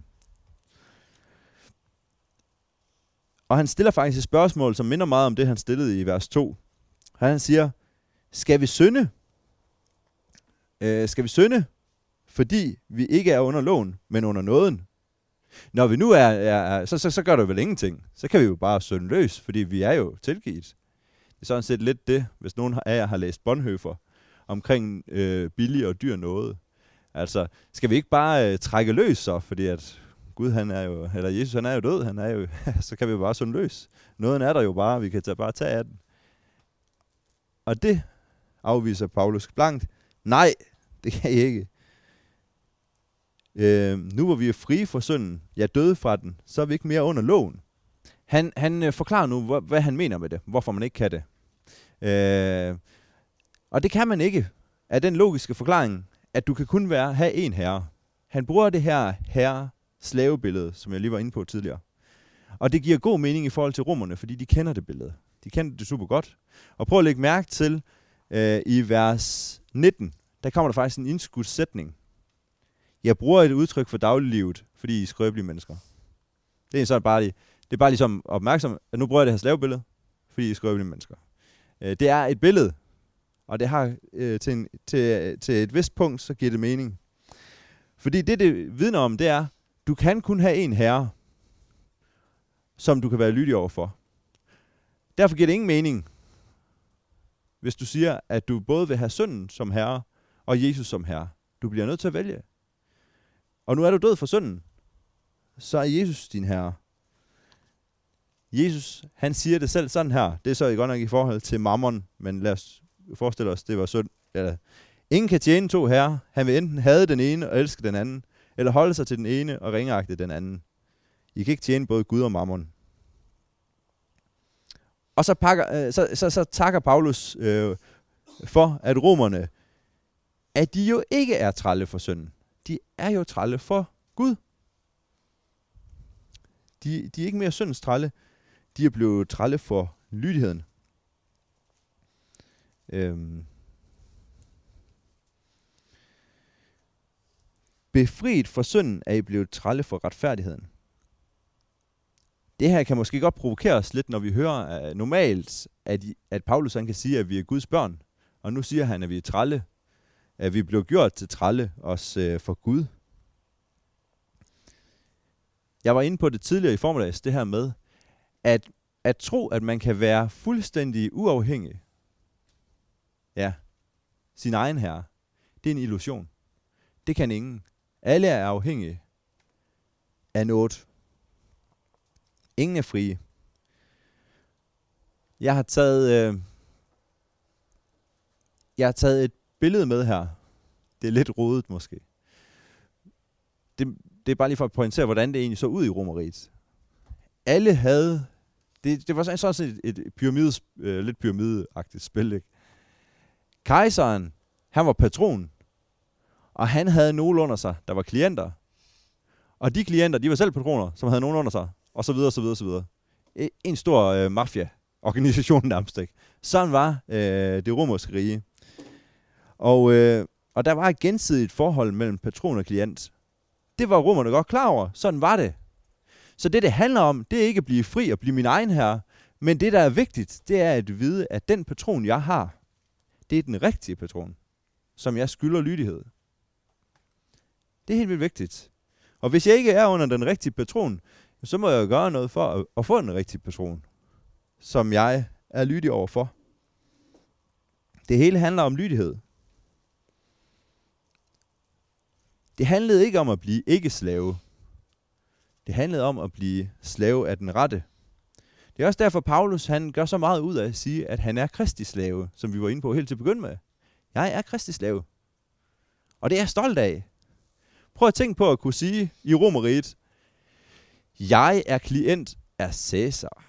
Og han stiller faktisk et spørgsmål, som minder meget om det, han stillede i vers to. Han siger, skal vi synde? Øh, skal vi synde, fordi vi ikke er under loven, men under nåden? Når vi nu er, er, er så, så, så gør det vel ingenting. Så kan vi jo bare synde løs, fordi vi er jo tilgivet. Det er sådan set lidt det, hvis nogen af jer har læst Bonhoeffer omkring øh, billig og dyr noget. Altså, skal vi ikke bare øh, trække løs så, fordi at Gud, han er jo, eller Jesus, han er jo død, han er jo, så kan vi jo bare synde løs. Nåden er der jo bare, vi kan tage, bare tage af den. Og det afviser Paulus blankt. Nej, det kan I ikke. Øh, nu hvor vi er frie for synden, ja døde fra den, så er vi ikke mere under loven. Han, han øh, forklarer nu, hvor, hvad han mener med det, hvorfor man ikke kan det. Øh, og det kan man ikke, af den logiske forklaring, at du kan kun være, have en herre. Han bruger det her herre-slavebillede, som jeg lige var inde på tidligere. Og det giver god mening i forhold til romerne, fordi de kender det billede. De kender det super godt. Og prøv at lægge mærke til, øh, i vers nitten, der kommer der faktisk en indskudt sætning. Jeg bruger et udtryk for dagliglivet, fordi I er skrøbelige mennesker. Det er sådan bare lige, det er bare ligesom opmærksom, at nu bruger jeg det her slavebillede, fordi I er skrøbelige mennesker. Øh, det er et billede, og det har øh, til, en, til, til et vist punkt, så giver det mening. Fordi det, det vidner om, det er, du kan kun have en herre, som du kan være lydig overfor. Derfor giver det ingen mening, hvis du siger, at du både vil have synden som herre, og Jesus som herre. Du bliver nødt til at vælge. Og nu er du død for synden, så er Jesus din herre. Jesus, han siger det selv sådan her. Det er så godt nok i forhold til mammon, men lad os forestille os, det var synd. Eller, ingen kan tjene to herrer. Han vil enten hade den ene og elske den anden, eller holde sig til den ene og ringeagte den anden. I kan ikke tjene både Gud og mammon. Og så, pakker, øh, så, så, så takker Paulus øh, for, at romerne, at de jo ikke er trælle for synden. De er jo trælle for Gud. De, de er ikke mere syndens trælle. De er blevet trælle for lydigheden. Øhm. Befriet for synden er I blevet trælle for retfærdigheden. Det her kan måske godt provokere os lidt, når vi hører uh, normalt, at, at Paulus han kan sige, at vi er Guds børn. Og nu siger han, at vi er trælle. At vi blev gjort til trælle os uh, for Gud. Jeg var inde på det tidligere i formiddags, det her med, at, at tro, at man kan være fuldstændig uafhængig. Ja, sin egen herre. Det er en illusion. Det kan ingen. Alle er afhængige af noget. Ingen er frie. Jeg har taget, øh, jeg har taget et billede med her. Det er lidt rodet måske. Det, det er bare lige for at pointere, hvordan det egentlig så ud i Romerriget. Alle havde, det, det var sådan, sådan et, et pyramide, øh, lidt pyramideagtigt spil, ikke? Kejseren, han var patron, og han havde nogen under sig, der var klienter. Og de klienter, de var selv patroner, som havde nogen under sig, og så videre, så videre, så videre. En stor øh, mafia-organisation nærmest, ikke? Sådan var øh, det romerske rige. Og, øh, og der var et gensidigt forhold mellem patron og klient. Det var romerne godt klar over. Sådan var det. Så det, det handler om, det er ikke at blive fri og blive min egen herre. Men det, der er vigtigt, det er at vide, at den patron, jeg har, det er den rigtige patron, som jeg skylder lydighed. Det er helt vildt vigtigt. Og hvis jeg ikke er under den rigtige patron, så må jeg gøre noget for at, at få den rigtige patron, som jeg er lydig overfor. Det hele handler om lydighed. Det handlede ikke om at blive ikke-slave. Det handlede om at blive slave af den rette. Det er også derfor, Paulus han gør så meget ud af at sige, at han er Kristi slave, som vi var inde på helt til at begynde med. Jeg er Kristi slave. Og det er jeg stolt af. Prøv at tænke på at kunne sige i Romerriget, jeg er klient af Cæsar.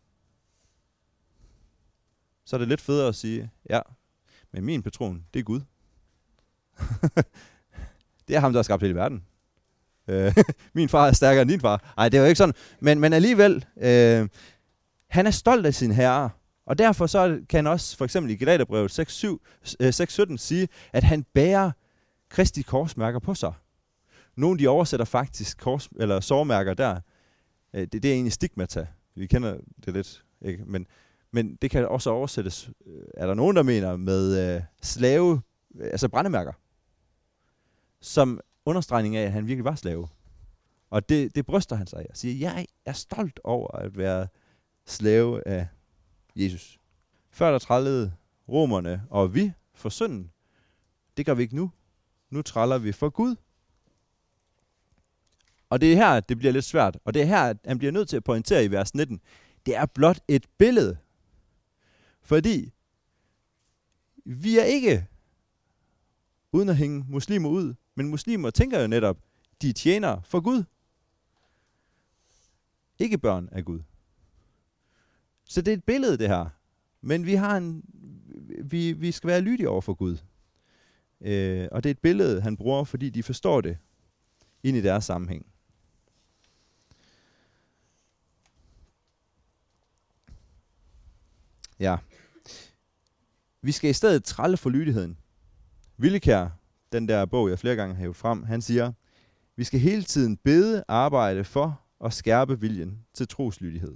Så er det lidt federe at sige, ja, men min patron, det er Gud. Det er ham, der har skabt hele verden. Øh, min far er stærkere end din far. Nej, det er jo ikke sådan. Men, men alligevel, øh, han er stolt af sin herre. Og derfor så kan han også, for eksempel i Galaterbrevet seks sytten, sige, at han bærer Kristi korsmærker på sig. Nogle de oversætter faktisk kors, eller sårmærker der. Det, det er egentlig stigmata. Vi kender det lidt, ikke? Men, men det kan også oversættes, er der nogen, der mener, med øh, slave, altså brændemærker, som understregning af, at han virkelig var slave. Og det, det bryster han sig af og siger, jeg er stolt over at være slave af Jesus. Før der trællede romerne og vi for synden. Det gør vi ikke nu. Nu træller vi for Gud. Og det er her, det bliver lidt svært. Og det er her, han bliver nødt til at pointere i vers nitten. Det er blot et billede. Fordi vi er ikke, uden at hænge muslimer ud, men muslimer tænker jo netop, de tjener for Gud. Ikke børn af Gud. Så det er et billede, det her. Men vi har en, vi, vi skal være lydige over for Gud. Øh, og det er et billede, han bruger, fordi de forstår det ind i deres sammenhæng. Ja. Vi skal i stedet trælle for lydigheden. Villekjær, den der bog, jeg flere gange har hævet frem, han siger, vi skal hele tiden bede, arbejde for og skærpe viljen til troslydighed.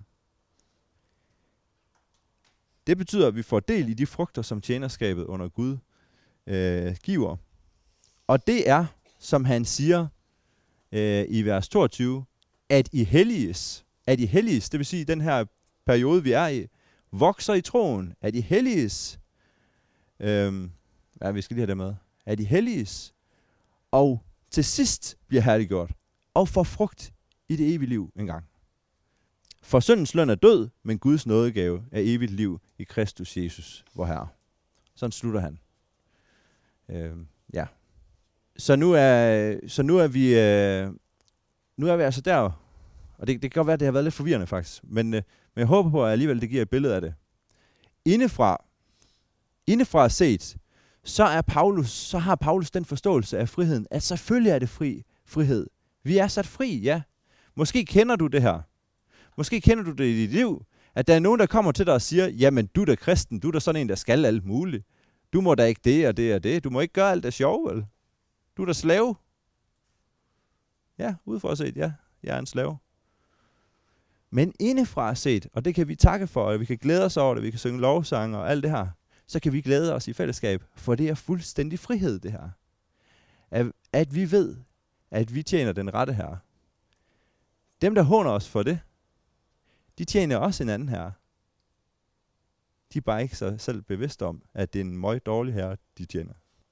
Det betyder, at vi får del i de frugter, som tjenerskabet under Gud øh, giver. Og det er, som han siger øh, i vers toogtyve, at I helliges, at I helliges, det vil sige den her periode, vi er i, vokser i troen, at I helliges, øh, ja, vi skal lige have det med, at I helliges, og til sidst bliver herliggjort, og får frugt i det evige liv engang. For syndens løn er død, men Guds nådegave er evigt liv i Kristus Jesus, vor Herre. Sådan slutter han. Øh, ja. Så nu er, så nu er vi, øh, nu er vi altså der, og det, det kan godt være, at det har været lidt forvirrende faktisk, men, øh, men jeg håber på, at alligevel det giver et billede af det. Indefra, indefra set, så er Paulus, så har Paulus den forståelse af friheden, at selvfølgelig er det fri frihed. Vi er sat fri, ja. Måske kender du det her. Måske kender du det i dit liv, at der er nogen, der kommer til dig og siger, jamen du er da kristen, du er da sådan en, der skal alt muligt. Du må da ikke det og det og det. Du må ikke gøre alt det sjov, vel? Du er da slave. Ja, udefra set, ja. Jeg er en slave. Men indefra set, og det kan vi takke for, og vi kan glæde os over det, vi kan synge lovsange og alt det her, så kan vi glæde os i fællesskab, for det er fuldstændig frihed, det her. At, at vi ved, at vi tjener den rette herre. Dem, der håner os for det, de tjener også en anden herre. De er bare ikke sig selv bevidste om, at det er en meget dårlig herre, de tjener.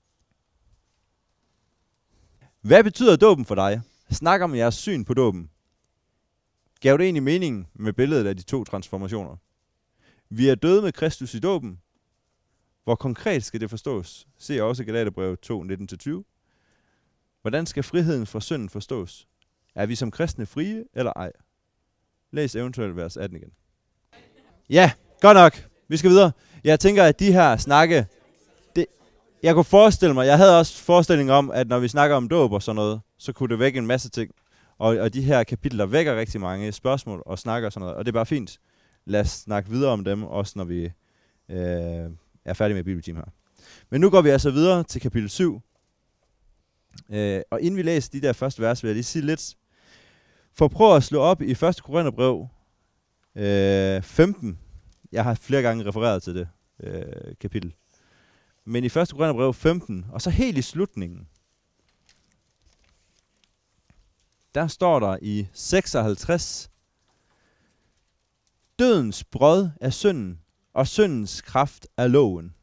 Hvad betyder dåben for dig? Snak om jeres syn på dåben. Gav det egentlig mening med billedet af de to transformationer? Vi er døde med Kristus i dåben. Hvor konkret skal det forstås? Se også Galaterbrevet to, nitten til tyve. Hvordan skal friheden fra synden forstås? Er vi som kristne frie eller ej? Læs eventuelt vers atten igen. Ja, godt nok. Vi skal videre. Jeg tænker, at de her snakke, det, jeg kunne forestille mig, jeg havde også forestilling om, at når vi snakker om dåb og sådan noget, så kunne det vække en masse ting. Og, og de her kapitler vækker rigtig mange spørgsmål og snakker og sådan noget. Og det er bare fint. Lad os snakke videre om dem, også når vi øh, er færdige med bibeltime her. Men nu går vi altså videre til kapitel syv. Øh, og inden vi læser de der første vers, vil jeg lige sige lidt. For prøv at slå op i første Korintherbrev øh, femten. Jeg har flere gange refereret til det øh, kapitel. Men i første Korintherbrev femten, og så helt i slutningen, der står der i seksoghalvtreds, dødens brød er synden, og syndens kraft er loven.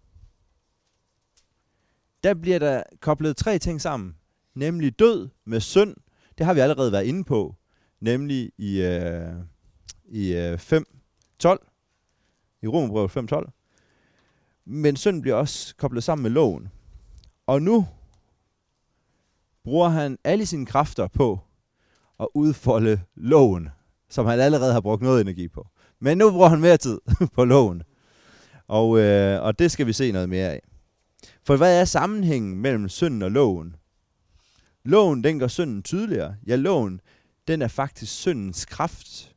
Der bliver der koblet tre ting sammen, nemlig død med synd. Det har vi allerede været inde på, nemlig i, øh, i øh, fem tolv, i Romerbrevet fem tolv. Men synden bliver også koblet sammen med loven. Og nu bruger han alle sine kræfter på at udfolde loven, som han allerede har brugt noget energi på. Men nu bruger han mere tid på loven. Og, øh, og det skal vi se noget mere af. For hvad er sammenhængen mellem synden og loven? Loven, den gør synden tydeligere. Ja, loven, den er faktisk syndens kraft.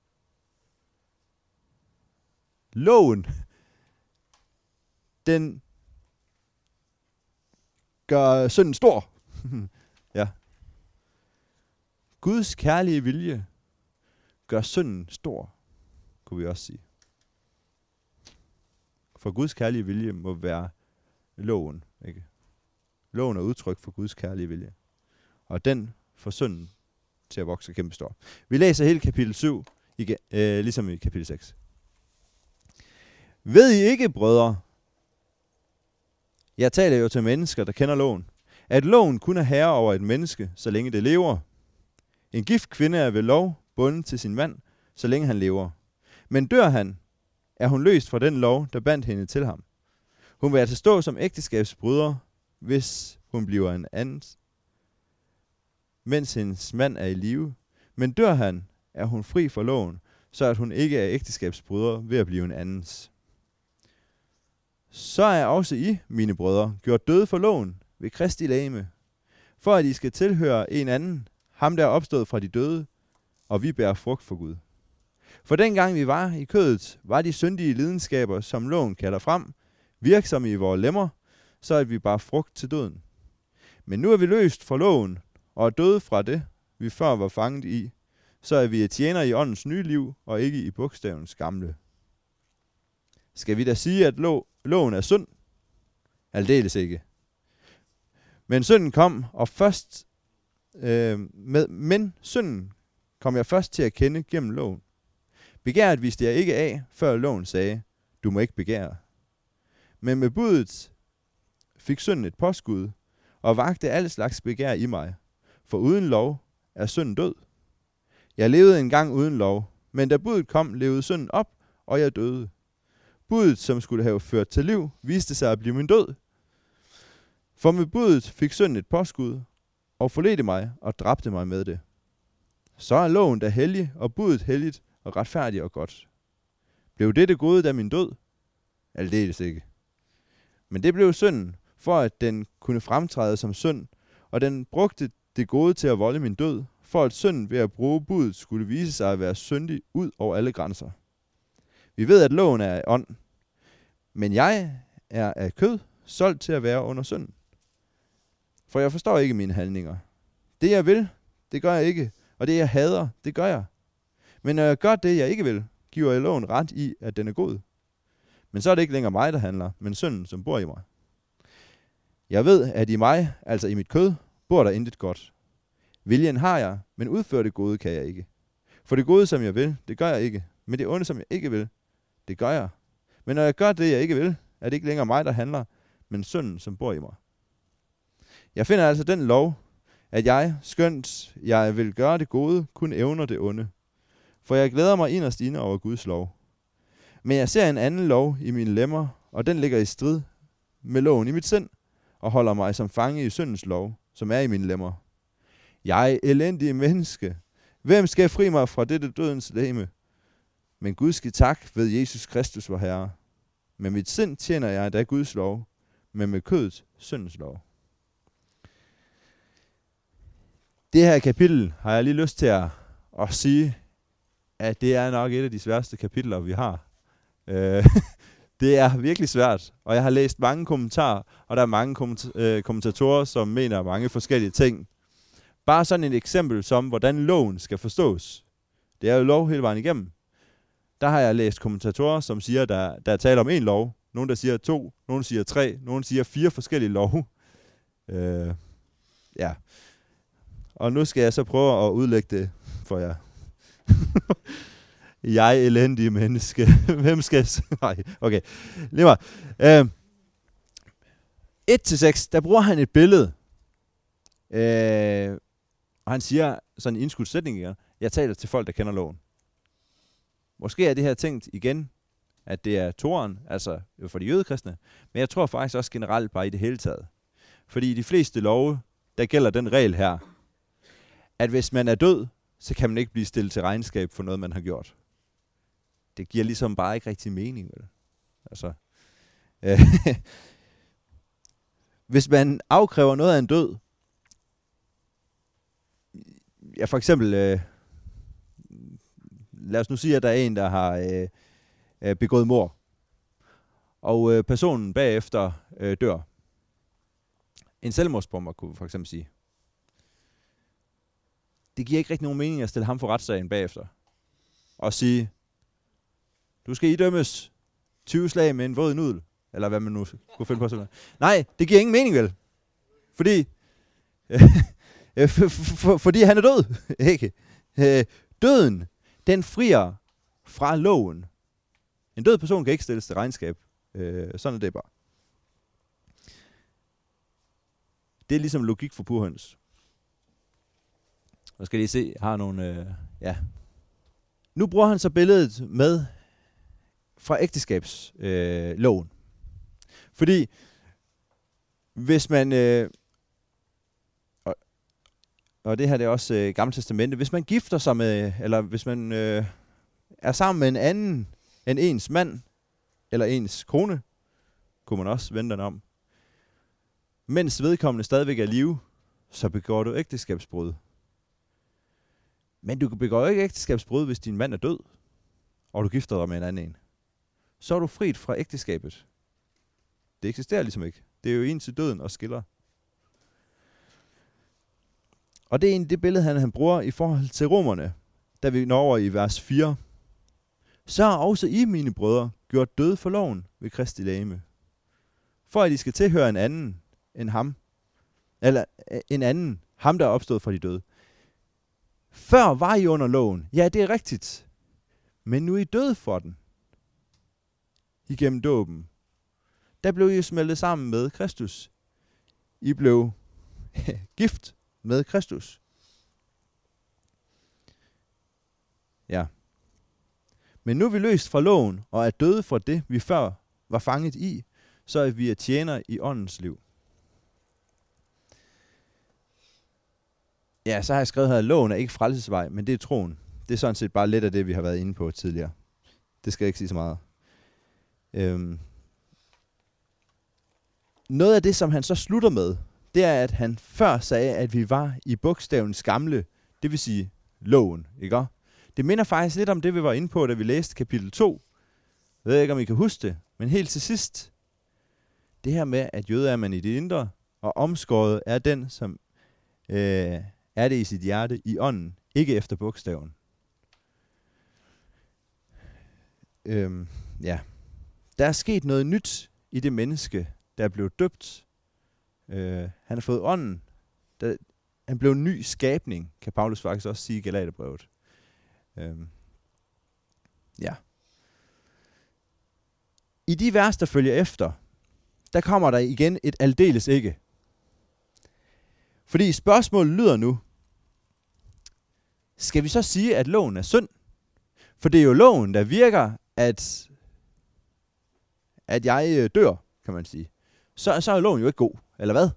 Loven, den gør synden stor. Ja. Guds kærlige vilje gør synden stor, kunne vi også sige. For Guds kærlige vilje må være loven, ikke? Loven er udtryk for Guds kærlige vilje. Og den får synden til at vokse kæmpestor. Vi læser hele kapitel syv, igen, øh, ligesom i kapitel seks. Ved I ikke, brødre, jeg taler jo til mennesker, der kender loven, at loven kun er herre over et menneske, så længe det lever. En gift kvinde er ved lov bundet til sin mand, så længe han lever. Men dør han, er hun løst fra den lov, der bandt hende til ham. Hun vil altså stå som ægteskabsbryder, hvis hun bliver en anden, mens hendes mand er i live. Men dør han, er hun fri for loven, så at hun ikke er ægteskabsbryder ved at blive en andens. Så er også I, mine brødre, gjort døde for loven ved Kristi legeme, for at I skal tilhøre en anden, ham der er opstået fra de døde, og vi bærer frugt for Gud. For dengang vi var i kødet, var de syndige lidenskaber, som loven kalder frem, virksomme i vores lemmer, så at vi bar frugt til døden. Men nu er vi løst fra loven, og er døde fra det, vi før var fanget i, så er vi tjener i åndens nye liv, og ikke i bogstavens gamle. Skal vi da sige, at lo- loven er synd? Aldeles ikke. Men synden kom, og først øh, med, men synden kom jeg først til at kende gennem loven. Begæret vidste jeg ikke af, før loven sagde, du må ikke begære. Men med budet fik synden et påskud, og vagte al slags begær i mig. For uden lov er synden død. Jeg levede engang uden lov, men da budet kom, levede synden op, og jeg døde. Budet, som skulle have ført til liv, viste sig at blive min død. For med budet fik synden et påskud, og forledte mig og dræbte mig med det. Så er loven da hellig, og budet helligt og retfærdigt og godt. Blev det det gode, da min død? Aldeles ikke. Men det blev synden, for at den kunne fremtræde som synd, og den brugte det gode til at volde min død, for at synden ved at bruge budet skulle vise sig at være syndig ud over alle grænser. Vi ved, at loven er af ånd, men jeg er af kød, solgt til at være under synden. For jeg forstår ikke mine handlinger. Det jeg vil, det gør jeg ikke, og det jeg hader, det gør jeg. Men når jeg gør det, jeg ikke vil, giver jeg loven ret i, at den er god. Men så er det ikke længere mig, der handler, men synden, som bor i mig. Jeg ved, at i mig, altså i mit kød, bor der intet godt. Viljen har jeg, men udføre det gode kan jeg ikke. For det gode, som jeg vil, det gør jeg ikke. Men det onde, som jeg ikke vil, det gør jeg. Men når jeg gør det, jeg ikke vil, er det ikke længere mig, der handler, men synden, som bor i mig. Jeg finder altså den lov, at jeg, skønt jeg vil gøre det gode, kun evner det onde. For jeg glæder mig inderst inde over Guds lov. Men jeg ser en anden lov i mine lemmer, og den ligger i strid med loven i mit sind, og holder mig som fange i syndens lov, som er i mine lemmer. Jeg, elendige menneske, hvem skal fri mig fra dette dødens legeme? Men Gud skal tak ved Jesus Kristus vor Herre. Med mit sind tjener jeg da Guds lov, men med kødet syndens lov. Det her kapitel har jeg lige lyst til at, at sige, at det er nok et af de sværeste kapitler, vi har. Øh, det er virkelig svært, og jeg har læst mange kommentarer, og der er mange kommentatorer, som mener mange forskellige ting. Bare sådan et eksempel som, hvordan loven skal forstås. Det er jo lov hele vejen igennem. Der har jeg læst kommentatorer, som siger, der, der er tale om en lov. Nogle, der siger to, nogle siger tre, nogle siger fire forskellige love. Øh, ja. Og nu skal jeg så prøve at udlægge det for jer. Jeg elendige menneske. Hvem skal... Nej, okay. Lige meget. Øh, et til seks, der bruger han et billede. Øh, og han siger sådan en indskudt sætning igen. Jeg taler til folk, der kender loven. Måske er det her tænkt igen, at det er Toren, altså for de jødekristne. Men jeg tror faktisk også generelt bare i det hele taget. Fordi i de fleste love, der gælder den regel her, at hvis man er død, så kan man ikke blive stillet til regnskab for noget, man har gjort. Det giver ligesom bare ikke rigtig mening, vel? Altså, øh, hvis man afkræver noget af en død, ja, for eksempel, øh, lad os nu sige, at der er en, der har øh, øh, begået mord, og øh, personen bagefter øh, dør. En selvmordsbomber, kunne vi for eksempel sige. Det giver ikke rigtig nogen mening at stille ham for retssagen bagefter, og sige, du skal idømmes tyve slag med en våd nudel, eller hvad man nu kunne finde på sådan. Nej, det giver ingen mening vel, fordi fordi han er død, ikke? Døden, den frier fra loven. En død person kan ikke stilles til regnskab. Sådan er det bare. Det er ligesom logik for purhøns. Nu skal I lige se, jeg har nogle, øh, ja. Nu bruger han så billedet med fra ægteskabsloven. Øh, loven. Fordi hvis man, øh, og, og det her det er også øh, Gamle Testamente, hvis man gifter sig med, eller hvis man øh, er sammen med en anden end ens mand, eller ens kone, kunne man også vende den om, mens vedkommende stadigvæk er i live, så begår du ægteskabsbrud. Men du begår ikke ægteskabsbrud, hvis din mand er død, og du gifter dig med en anden en. Så er du frit fra ægteskabet. Det eksisterer ligesom ikke. Det er jo en til døden og skiller. Og det er egentlig det billede, han, han bruger i forhold til romerne, da vi når over i vers fire. Så har også I, mine brødre, gjort død for loven ved Kristi legeme, for at I skal tilhøre en anden end ham, eller en anden, ham der er opstået fra de døde. Før var I under loven. Ja, det er rigtigt. Men nu er I døde for den. Igennem dåben. Der blev I smeltet sammen med Kristus. I blev gift med Kristus. Ja. Men nu er vi løst fra loven, og er døde for det, vi før var fanget i, så er vi tjener i åndens liv. Ja, så har jeg skrevet her, at loven er ikke frelsesvej, men det er troen. Det er sådan set bare lidt af det, vi har været inde på tidligere. Det skal jeg ikke sige så meget. Øhm. Noget af det, som han så slutter med, det er, at han før sagde, at vi var i bogstavens gamle, det vil sige loven, ikke? Det minder faktisk lidt om det, vi var inde på, da vi læste kapitel to. Jeg ved ikke, om I kan huske det, men helt til sidst, det her med, at jøde er man i det indre, og omskåret er den, som øh, er det i sit hjerte, i ånden, ikke efter bogstaven. Øhm, ja. Der er sket noget nyt i det menneske, der er blevet døbt. Øh, han har fået ånden. Der, han blev en ny skabning, kan Paulus faktisk også sige i Galaterbrevet. Øhm, ja. I de vers, der følger efter, der kommer der igen et aldeles ikke. Fordi spørgsmålet lyder nu, skal vi så sige, at loven er synd? For det er jo loven, der virker, at, at jeg øh, dør, kan man sige. Så, så er loven jo ikke god, eller hvad?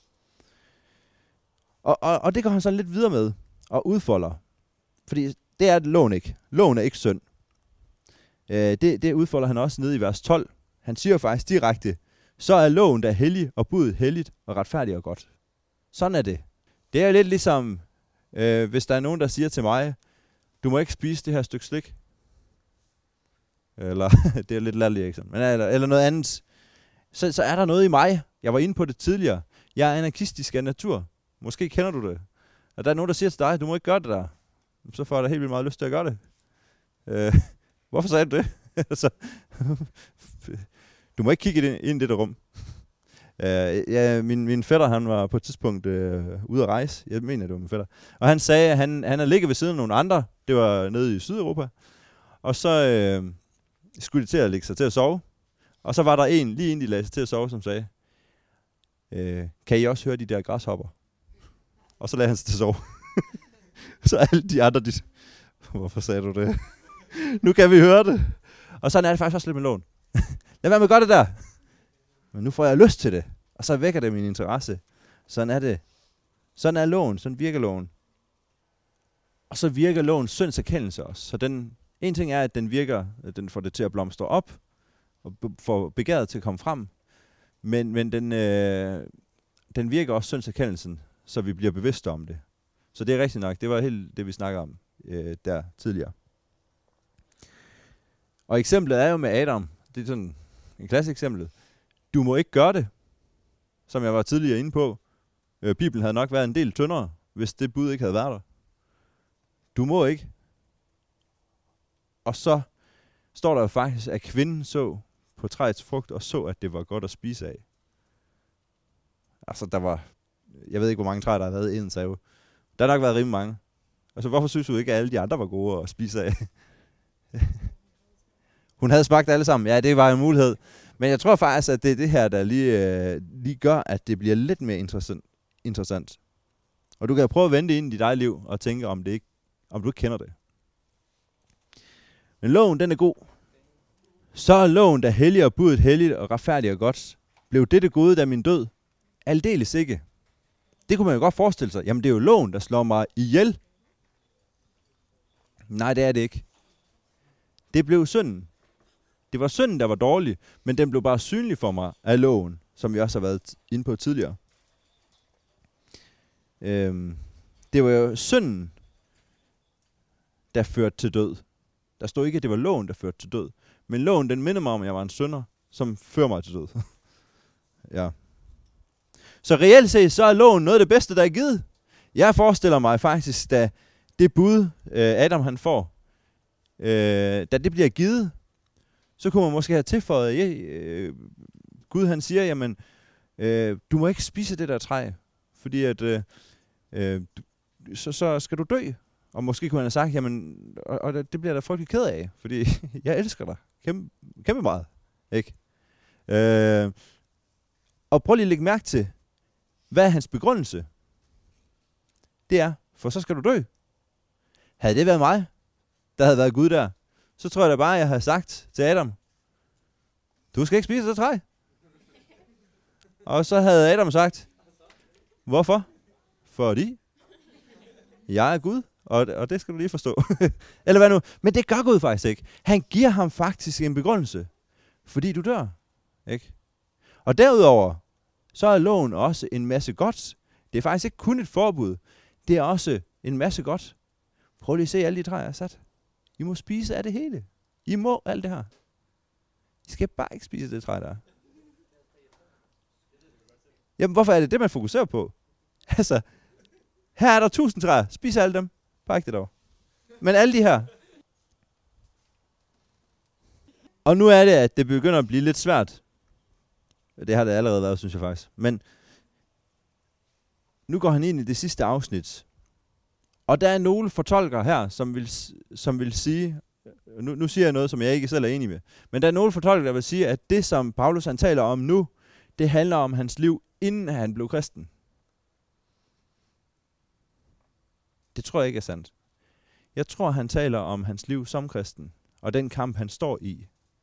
Og, og, og det går han så lidt videre med, og udfolder. Fordi det er loven ikke. Loven er ikke synd. Øh, det, det udfolder han også nede i vers tolv. Han siger faktisk direkte, så er loven der hellig, og budet helligt, og retfærdigt og godt. Sådan er det. Det er lidt ligesom, øh, hvis der er nogen, der siger til mig, du må ikke spise det her stykke slik. Eller, det er lidt latterligt, ikke sådan. Men, eller, eller noget andet. Så, så er der noget i mig. Jeg var inde på det tidligere. Jeg er anarkistisk af natur. Måske kender du det. Og der er nogen, der siger til dig, du må ikke gøre det der. Så får jeg da helt vildt meget lyst til at gøre det. Øh, hvorfor sagde du det? altså, du må ikke kigge ind i det der rum. Øh, ja, min, min fætter, han var på et tidspunkt øh, ude at rejse. Jeg mener, det var min fætter. Og han sagde, at han, han havde ligget ved siden af nogle andre. Det var nede i Sydeuropa. Og så øh, skulle de til at lægge sig til at sove. Og så var der en, lige inden de lagde sig til at sove, som sagde, øh, kan I også høre de der græshopper? Og så lagde han sig til at sove. Så alle de andre, de... Hvorfor sagde du det? Nu kan vi høre det. Og sådan er det faktisk også lidt med loven. Lad være med at gøre det der. Men nu får jeg lyst til det. Og så vækker det min interesse. Sådan er det. Sådan er loven. Sådan virker loven. Og så virker lovens syndserkendelse også. Så den, en ting er, at den virker, at den får det til at blomstre op, og får begæret til at komme frem. Men, men den, øh, den virker også syndserkendelsen, så vi bliver bevidste om det. Så det er rigtigt nok. Det var helt det, vi snakkede om øh, der tidligere. Og eksemplet er jo med Adam. Det er sådan en klasse eksempel. Du må ikke gøre det, som jeg var tidligere inde på. Øh, Bibelen havde nok været en del tyndere, hvis det bud ikke havde været der. Du må ikke. Og så står der jo faktisk, at kvinden så på træets frugt, og så, at det var godt at spise af. Altså, der var, jeg ved ikke, hvor mange træer, der har været i Edens have. Der har nok været rimelig mange. Altså, hvorfor synes du ikke, at alle de andre var gode at spise af? Hun havde smagt alle sammen. Ja, det var en mulighed. Men jeg tror faktisk, at det er det her, der lige, øh, lige gør, at det bliver lidt mere interessant. interessant. Og du kan prøve at vente ind i dit eget liv, og tænke, om, det ikke, om du ikke kender det. Men loven, den er god. Så er loven, der hellig og budet helligt og retfærdigt og godt. Blev det det gode, da min død? Aldeles ikke. Det kunne man jo godt forestille sig. Jamen, det er jo loven, der slår mig ihjel. Nej, det er det ikke. Det blev synden. Det var synden, der var dårlig, men den blev bare synlig for mig af loven, som vi også har været inde på tidligere. Øhm, det var jo synden, der førte til død. Der stod ikke, at det var loven, der førte til død. Men loven, den minder mig om, at jeg var en synder, som fører mig til død. Ja. Så reelt set, så er loven noget af det bedste, der er givet. Jeg forestiller mig faktisk, da det bud, øh, Adam han får, øh, da det bliver givet, så kunne man måske have tilføjet, ja, øh, Gud han siger, jamen, øh, du må ikke spise det der træ, fordi at, øh, øh, du, så, så skal du dø. Og måske kunne han have sagt, jamen, og, og det bliver der frygtelig ked af, fordi jeg elsker dig kæmpe, kæmpe meget, ikke? Øh, og prøv lige at lægge mærke til, hvad er hans begrundelse? Det er, for så skal du dø. Havde det været mig, der havde været Gud der, så tror jeg da bare, at jeg havde sagt til Adam, du skal ikke spise det træ. Og så havde Adam sagt, hvorfor? Fordi jeg er Gud, og, og det skal du lige forstå. Eller hvad nu? Men det gør Gud faktisk ikke. Han giver ham faktisk en begrundelse, fordi du dør. Ikke? Og derudover, så er loven også en masse godt. Det er faktisk ikke kun et forbud. Det er også en masse godt. Prøv lige at se alle de træer, jeg har sat. I må spise af det hele. I må alt det her. I skal bare ikke spise det træ der. Jamen, hvorfor er det det, man fokuserer på? Altså, her er der tusind træer. Spis alle dem. Bare ikke det dog. Men alle de her. Og nu er det, at det begynder at blive lidt svært. Det har det allerede været, synes jeg faktisk. Men nu går han ind i det sidste afsnit. Og der er nogle fortolkere her, som vil, som vil sige, nu, nu siger jeg noget, som jeg ikke selv er enig med, men der er nogle fortolkere, der vil sige, at det, som Paulus han taler om nu, det handler om hans liv, inden han blev kristen. Det tror jeg ikke er sandt. Jeg tror, han taler om hans liv som kristen, og den kamp, han står i.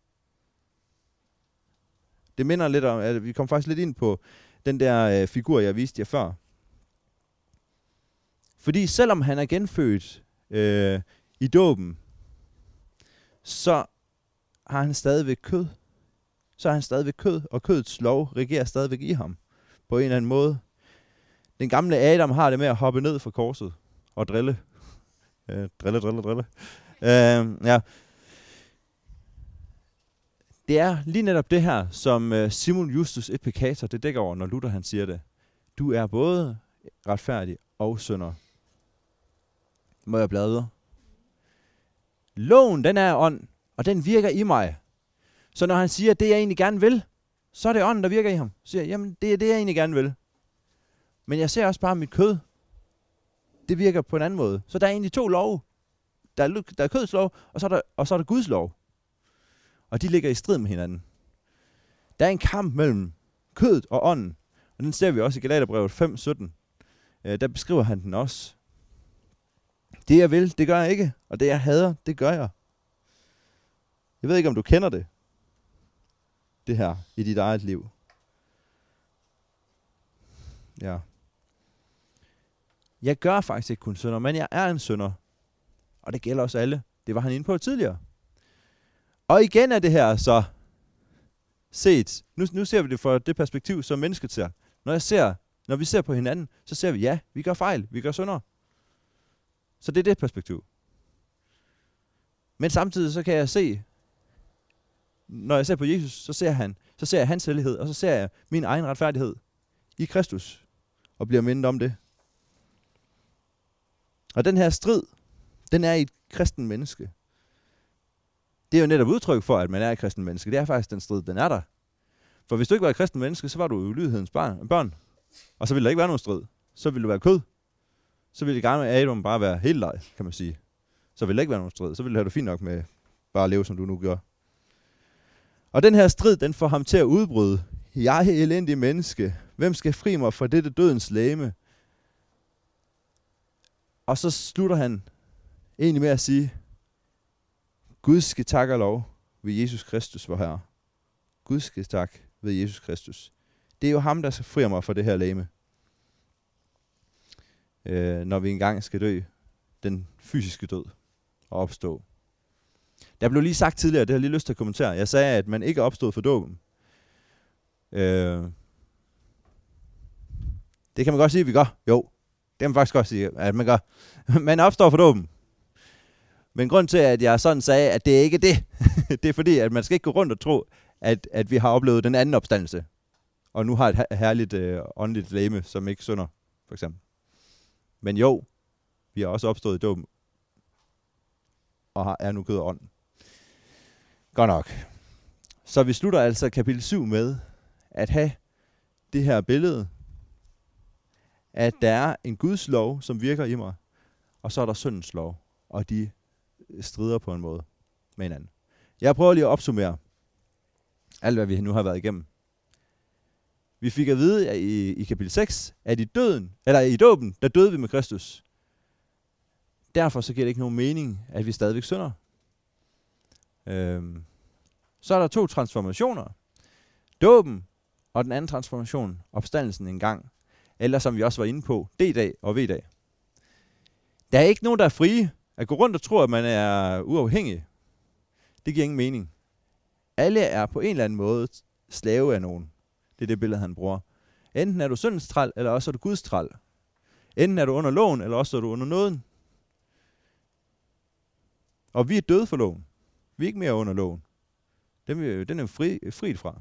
Det minder lidt om, at vi kom faktisk lidt ind på den der øh, figur, jeg viste jer før. Fordi selvom han er genfødt øh, i dåben, så har han stadigvæk kød. Så har han stadigvæk kød, og kødets lov regerer stadigvæk i ham. På en eller anden måde. Den gamle Adam har det med at hoppe ned fra korset og drille. Øh, drille, drille, drille. Øh, ja. Det er lige netop det her, som øh, Simon Justus et Peccator, det dækker over, når Luther han siger det. Du er både retfærdig og synder. Må jeg bladre? Loven, den er ånd, og den virker i mig. Så når han siger, det jeg egentlig gerne vil, så er det ånden, der virker i ham. Så siger jeg, jamen det er det, jeg egentlig gerne vil. Men jeg ser også bare mit kød. Det virker på en anden måde. Så der er egentlig to love. Der er, der er kødets lov, og så er der, og så er der Guds lov. Og de ligger i strid med hinanden. Der er en kamp mellem kødet og ånden. Og den ser vi også i Galaterbrevet fem sytten. Øh, der beskriver han den også. Det jeg vil, det gør jeg ikke. Og det jeg hader, det gør jeg. Jeg ved ikke, om du kender det. Det her i dit eget liv. Ja. Jeg gør faktisk ikke kun synder, men jeg er en synder. Og det gælder os alle. Det var han inde på tidligere. Og igen er det her så set. Nu, nu ser vi det fra det perspektiv, som mennesket ser. Når jeg ser, når vi ser på hinanden, så ser vi, ja, vi gør fejl, vi gør synder. Så det er det perspektiv. Men samtidig så kan jeg se, når jeg ser på Jesus, så ser, han, så ser jeg hans hellighed, og så ser jeg min egen retfærdighed i Kristus, og bliver mindet om det. Og den her strid, den er i et kristen menneske. Det er jo netop udtryk for, at man er et kristen menneske. Det er faktisk den strid, den er der. For hvis du ikke var et kristen menneske, så var du jo ulydighedens barn, børn. Og så ville der ikke være nogen strid. Så ville du være kød. Så ville det gamle Adam bare være helt leg, kan man sige. Så ville der ikke være nogen strid. Så ville det have det fint nok med bare at leve, som du nu gør. Og den her strid, den får ham til at udbryde. Jeg er elendig menneske. Hvem skal fri mig fra dette dødens legeme? Og så slutter han egentlig med at sige, Gud skal tak og lov ved Jesus Kristus, vor Herre. Gud skal tak ved Jesus Kristus. Det er jo ham, der skal fri mig fra det her legeme. Øh, når vi engang skal dø den fysiske død og opstå. Der blev lige sagt tidligere, det har jeg lige lyst til at kommentere. Jeg sagde, at man ikke er opstået for dåben. Øh, det kan man godt sige, at vi gør. Jo, det kan man faktisk godt sige, at man gør. Man opstår for dåben. Men grund til, at jeg sådan sagde, at det er ikke det, det er fordi, at man skal ikke gå rundt og tro, at, at vi har oplevet den anden opstandelse. Og nu har et her- herligt øh, åndeligt legeme, som ikke synder, for eksempel. Men jo, vi har også opstået i dåben, og har, er nu kød og ånd. Godt nok. Så vi slutter altså kapitel syv med at have det her billede, at der er en Guds lov, som virker i mig, og så er der syndens lov, og de strider på en måde med hinanden. Jeg prøver lige at opsummere alt, hvad vi nu har været igennem. Vi fik at vide at i, i kapitel seks, at i døden, eller i dåben, der døde vi med Kristus. Derfor så giver det ikke nogen mening, at vi stadigvæk synder. Øhm. Så er der to transformationer. Dåben og den anden transformation, opstandelsen en gang. Eller som vi også var inde på, D-dag og V-dag. Der er ikke nogen, der er frie. At gå rundt og tro, at man er uafhængig, det giver ingen mening. Alle er på en eller anden måde slave af nogen. Det er det billede, han bruger. Enten er du syndens træl, eller også er du Guds træl. Enten er du under loven, eller også er du under nåden. Og vi er døde for loven. Vi er ikke mere under loven. Den, den er fri, fri fra.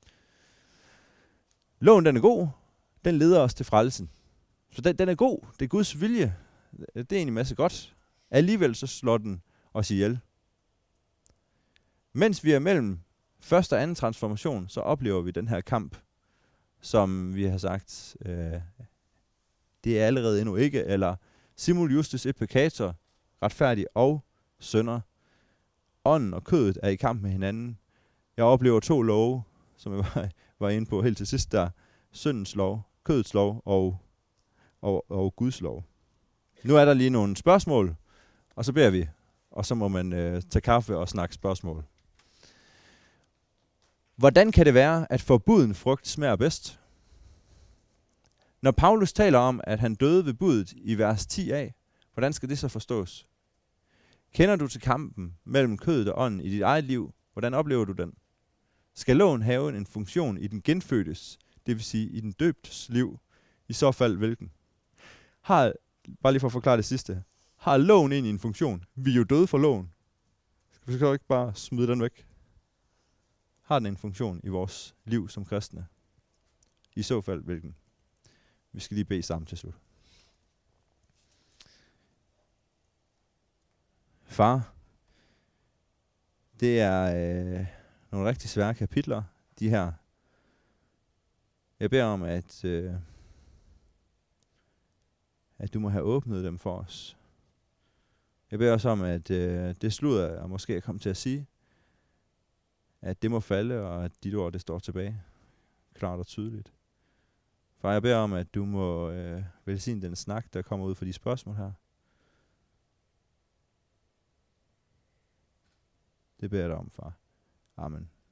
Loven, den er god. Den leder os til frelsen. Så den, den er god. Det er Guds vilje. Det er egentlig en masse godt. Alligevel så slår den os ihjel. Mens vi er mellem første og anden transformation, så oplever vi den her kamp, som vi har sagt, øh, det er allerede endnu ikke, eller simul justus et peccator, retfærdig og synder. Ånden og kødet er i kamp med hinanden. Jeg oplever to love, som jeg var, var inde på helt til sidst der. Syndens lov, kødets lov og, og, og Guds lov. Nu er der lige nogle spørgsmål, og så beder vi. Og så må man øh, tage kaffe og snakke spørgsmål. Hvordan kan det være, at forbuden frugt smager bedst? Når Paulus taler om, at han døde ved budet i vers ti a, hvordan skal det så forstås? Kender du til kampen mellem kødet og ånden i dit eget liv? Hvordan oplever du den? Skal loven have en funktion i den genfødtes, det vil sige i den døbtes liv? I så fald hvilken? Har, bare lige for at forklare det sidste. Har loven egentlig en funktion? Vi er jo døde for loven. Skal vi så ikke bare smide den væk? Har den en funktion i vores liv som kristne? I så fald hvilken? Vi skal lige bede sammen til slut. Far, det er øh, nogle rigtig svære kapitler, de her. Jeg beder om, at, øh, at du må have åbnet dem for os. Jeg beder også om, at øh, det sludder, jeg måske er kommet til at sige, at det må falde, og at dit ord, det står tilbage, klart og tydeligt. Far, jeg beder om, at du må øh, velsigne den snak, der kommer ud fra de spørgsmål her. Det beder jeg dig om, far. Amen.